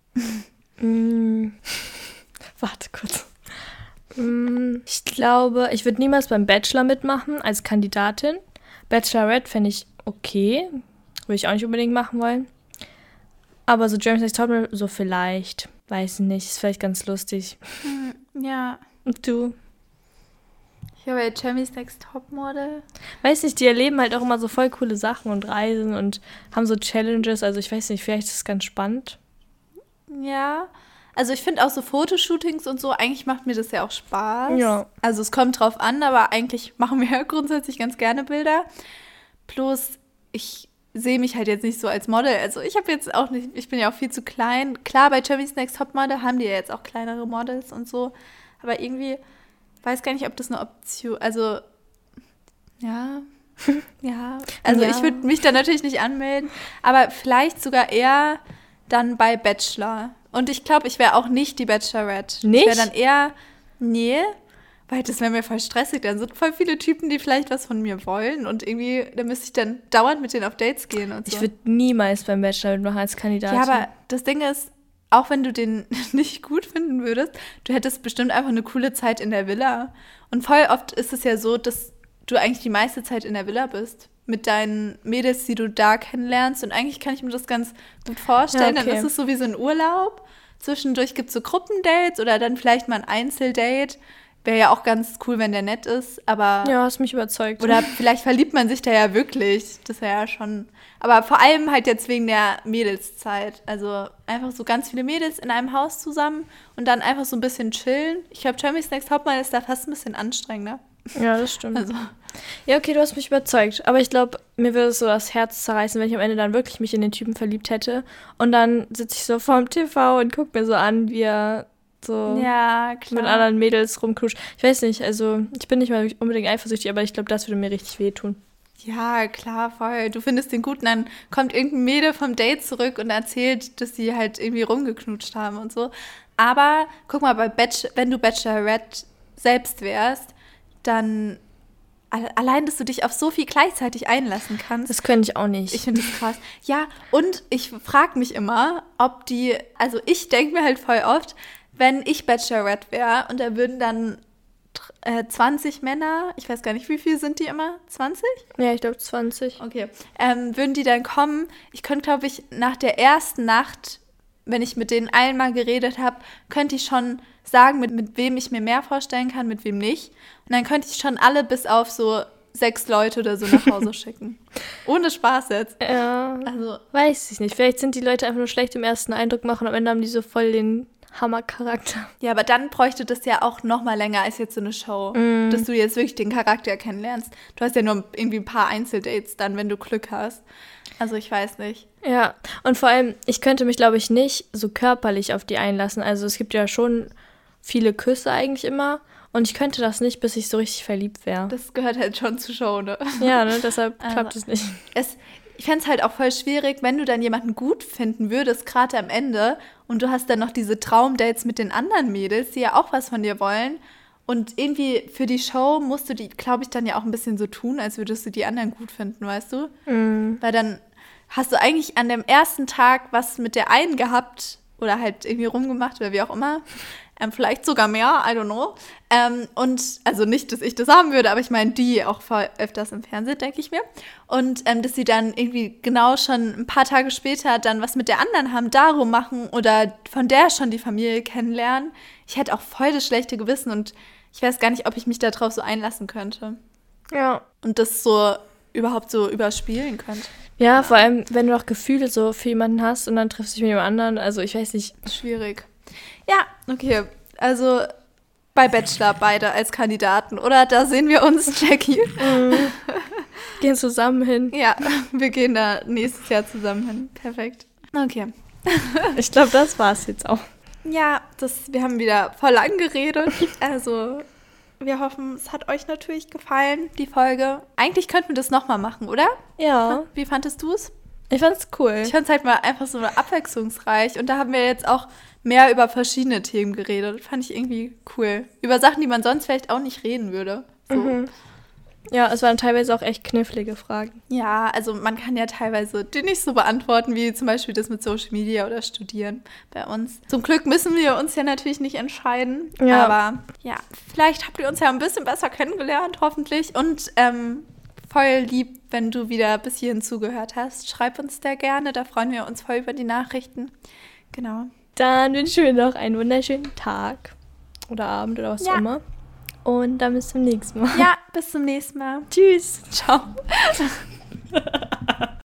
Speaker 1: Mm. Warte kurz. Mm, ich glaube, ich würde niemals beim Bachelor mitmachen als Kandidatin. Bachelorette fände ich okay. Würde ich auch nicht unbedingt machen wollen. Aber so Jeremy's Next Topmodel, so vielleicht. Weiß nicht, ist vielleicht ganz lustig.
Speaker 2: Hm, ja.
Speaker 1: Und du?
Speaker 2: Ich habe bei Jeremy's Next Topmodel.
Speaker 1: Weiß nicht, die erleben halt auch immer so voll coole Sachen und Reisen und haben so Challenges. Also ich weiß nicht, vielleicht ist es ganz spannend.
Speaker 2: Ja. Also ich finde auch so Fotoshootings und so, eigentlich macht mir das ja auch Spaß.
Speaker 1: Ja.
Speaker 2: Also es kommt drauf an, aber eigentlich machen wir ja grundsätzlich ganz gerne Bilder. Plus, ich sehe mich halt jetzt nicht so als Model. Also ich habe jetzt auch nicht, ich bin ja auch viel zu klein. Klar, bei Jeremy's Next Topmodel haben die ja jetzt auch kleinere Models und so. Aber irgendwie, weiß gar nicht, ob das eine Option, also ja, ja. Also
Speaker 1: Ja.
Speaker 2: ich würde mich da natürlich nicht anmelden, aber vielleicht sogar eher dann bei Bachelor. Und ich glaube, ich wäre auch nicht die Bachelorette.
Speaker 1: Nicht?
Speaker 2: Ich wäre dann eher, nee, weil das wäre mir voll stressig. Dann sind voll viele Typen, die vielleicht was von mir wollen. Und irgendwie, da müsste ich dann dauernd mit denen auf Dates gehen und so.
Speaker 1: Ich würde niemals beim Bachelor mitmachen als Kandidatin.
Speaker 2: Ja, aber das Ding ist, auch wenn du den nicht gut finden würdest, du hättest bestimmt einfach eine coole Zeit in der Villa. Und voll oft ist es ja so, dass du eigentlich die meiste Zeit in der Villa bist. Mit deinen Mädels, die du da kennenlernst. Und eigentlich kann ich mir das ganz gut vorstellen.
Speaker 1: Ja, okay.
Speaker 2: Dann ist es so wie so ein Urlaub. Zwischendurch gibt es so Gruppendates oder dann vielleicht mal ein Einzeldate. Wäre ja auch ganz cool, wenn der nett ist. Aber
Speaker 1: Ja, hast mich überzeugt.
Speaker 2: oder vielleicht verliebt man sich da ja wirklich. Das wäre ja schon. Aber vor allem halt jetzt wegen der Mädelszeit. Also einfach so ganz viele Mädels in einem Haus zusammen und dann einfach so ein bisschen chillen. Ich glaube, Jeremy's Next Topmodel ist da fast ein bisschen anstrengender.
Speaker 1: Ja, das stimmt.
Speaker 2: Also,
Speaker 1: Ja, okay, du hast mich überzeugt. Aber ich glaube, mir würde es so das Herz zerreißen, wenn ich am Ende dann wirklich mich in den Typen verliebt hätte. Und dann sitze ich so vorm T V und gucke mir so an, wie er so
Speaker 2: ja, klar.
Speaker 1: mit anderen Mädels rumknuscht. Ich weiß nicht, also ich bin nicht mal unbedingt eifersüchtig, aber ich glaube, das würde mir richtig wehtun.
Speaker 2: Ja, klar, voll. Du findest den gut und dann kommt irgendein Mädel vom Date zurück und erzählt, dass sie halt irgendwie rumgeknutscht haben und so. Aber guck mal, bei Bachelor, wenn du Bachelorette selbst wärst, dann allein, dass du dich auf so viel gleichzeitig einlassen kannst.
Speaker 1: Das könnte ich auch nicht.
Speaker 2: Ich finde das krass. Ja, und ich frage mich immer, ob die, also ich denke mir halt voll oft, wenn ich Bachelorette wäre und da würden dann äh, zwanzig Männer, ich weiß gar nicht, wie viel sind die immer? zwanzig?
Speaker 1: Ja, ich glaube zwanzig.
Speaker 2: Okay. Ähm, würden die dann kommen? Ich könnte, glaube ich, nach der ersten Nacht, wenn ich mit denen allen mal geredet habe, könnte ich schon sagen, mit, mit wem ich mir mehr vorstellen kann, mit wem nicht. Und dann könnte ich schon alle bis auf so sechs Leute oder so nach Hause schicken. Ohne Spaß jetzt.
Speaker 1: Ja,
Speaker 2: Also,
Speaker 1: weiß ich nicht. Vielleicht sind die Leute einfach nur schlecht im ersten Eindruck machen und am Ende haben die so voll den Hammercharakter.
Speaker 2: ja, aber dann bräuchte das ja auch noch mal länger als jetzt so eine Show,
Speaker 1: Mm.
Speaker 2: dass du jetzt wirklich den Charakter kennenlernst. Du hast ja nur irgendwie ein paar Einzeldates dann, wenn du Glück hast. Also ich weiß nicht.
Speaker 1: Ja, und vor allem, ich könnte mich, glaube ich, nicht so körperlich auf die einlassen. Also es gibt ja schon viele Küsse eigentlich immer und ich könnte das nicht, bis ich so richtig verliebt wäre.
Speaker 2: Das gehört halt schon zur Show, ne?
Speaker 1: Ja, ne, deshalb
Speaker 2: Also,
Speaker 1: klappt es nicht.
Speaker 2: Es, ich fände es halt auch voll schwierig, wenn du dann jemanden gut finden würdest, gerade am Ende, und du hast dann noch diese Traumdates mit den anderen Mädels, die ja auch was von dir wollen. Und irgendwie für die Show musst du die, glaube ich, dann ja auch ein bisschen so tun, als würdest du die anderen gut finden, weißt du?
Speaker 1: Mm.
Speaker 2: Weil dann hast du eigentlich an dem ersten Tag was mit der einen gehabt oder halt irgendwie rumgemacht oder wie auch immer. Ähm, vielleicht sogar mehr, I don't know. Ähm, und, also nicht, dass ich das haben würde, aber ich meine, die auch voll öfters im Fernsehen, denke ich mir. Und ähm, dass sie dann irgendwie genau schon ein paar Tage später dann was mit der anderen haben, darum machen oder von der schon die Familie kennenlernen. Ich hätte auch voll das schlechte Gewissen und ich weiß gar nicht, ob ich mich darauf so einlassen könnte.
Speaker 1: Ja.
Speaker 2: Und das so überhaupt so überspielen könnte.
Speaker 1: Ja, vor allem, wenn du auch Gefühle so für jemanden hast und dann triffst du dich mit jemand anderen. Also ich weiß nicht.
Speaker 2: Schwierig. Ja, okay. Also bei Bachelor beide als Kandidaten, oder? Da sehen wir uns, Jackie.
Speaker 1: Mm. Gehen zusammen hin.
Speaker 2: Ja, wir gehen da nächstes Jahr zusammen hin. Perfekt. Okay.
Speaker 1: Ich glaube, das war's jetzt auch.
Speaker 2: Ja, das, wir haben wieder voll lang geredet. Also wir hoffen, es hat euch natürlich gefallen, die Folge. Eigentlich könnten wir das nochmal machen, oder?
Speaker 1: Ja.
Speaker 2: Wie fandest du es?
Speaker 1: Ich fand's cool.
Speaker 2: Ich fand es halt mal einfach so abwechslungsreich. Und da haben wir jetzt auch mehr über verschiedene Themen geredet. Fand ich irgendwie cool. Über Sachen, die man sonst vielleicht auch nicht reden würde. So.
Speaker 1: Mhm. Ja, es waren teilweise auch echt knifflige Fragen.
Speaker 2: Ja, also man kann ja teilweise die nicht so beantworten, wie zum Beispiel das mit Social Media oder Studieren bei uns. Zum Glück müssen wir uns ja natürlich nicht entscheiden.
Speaker 1: Ja.
Speaker 2: Aber ja, vielleicht habt ihr uns ja ein bisschen besser kennengelernt, hoffentlich. Und ähm, voll lieb, wenn du wieder bis hierhin zugehört hast. Schreib uns da gerne, da freuen wir uns voll über die Nachrichten. Genau.
Speaker 1: Dann wünschen wir noch einen wunderschönen Tag oder Abend oder was
Speaker 2: Ja.
Speaker 1: auch immer. Und dann bis zum nächsten Mal.
Speaker 2: Ja, bis zum nächsten Mal.
Speaker 1: Tschüss.
Speaker 2: Ciao.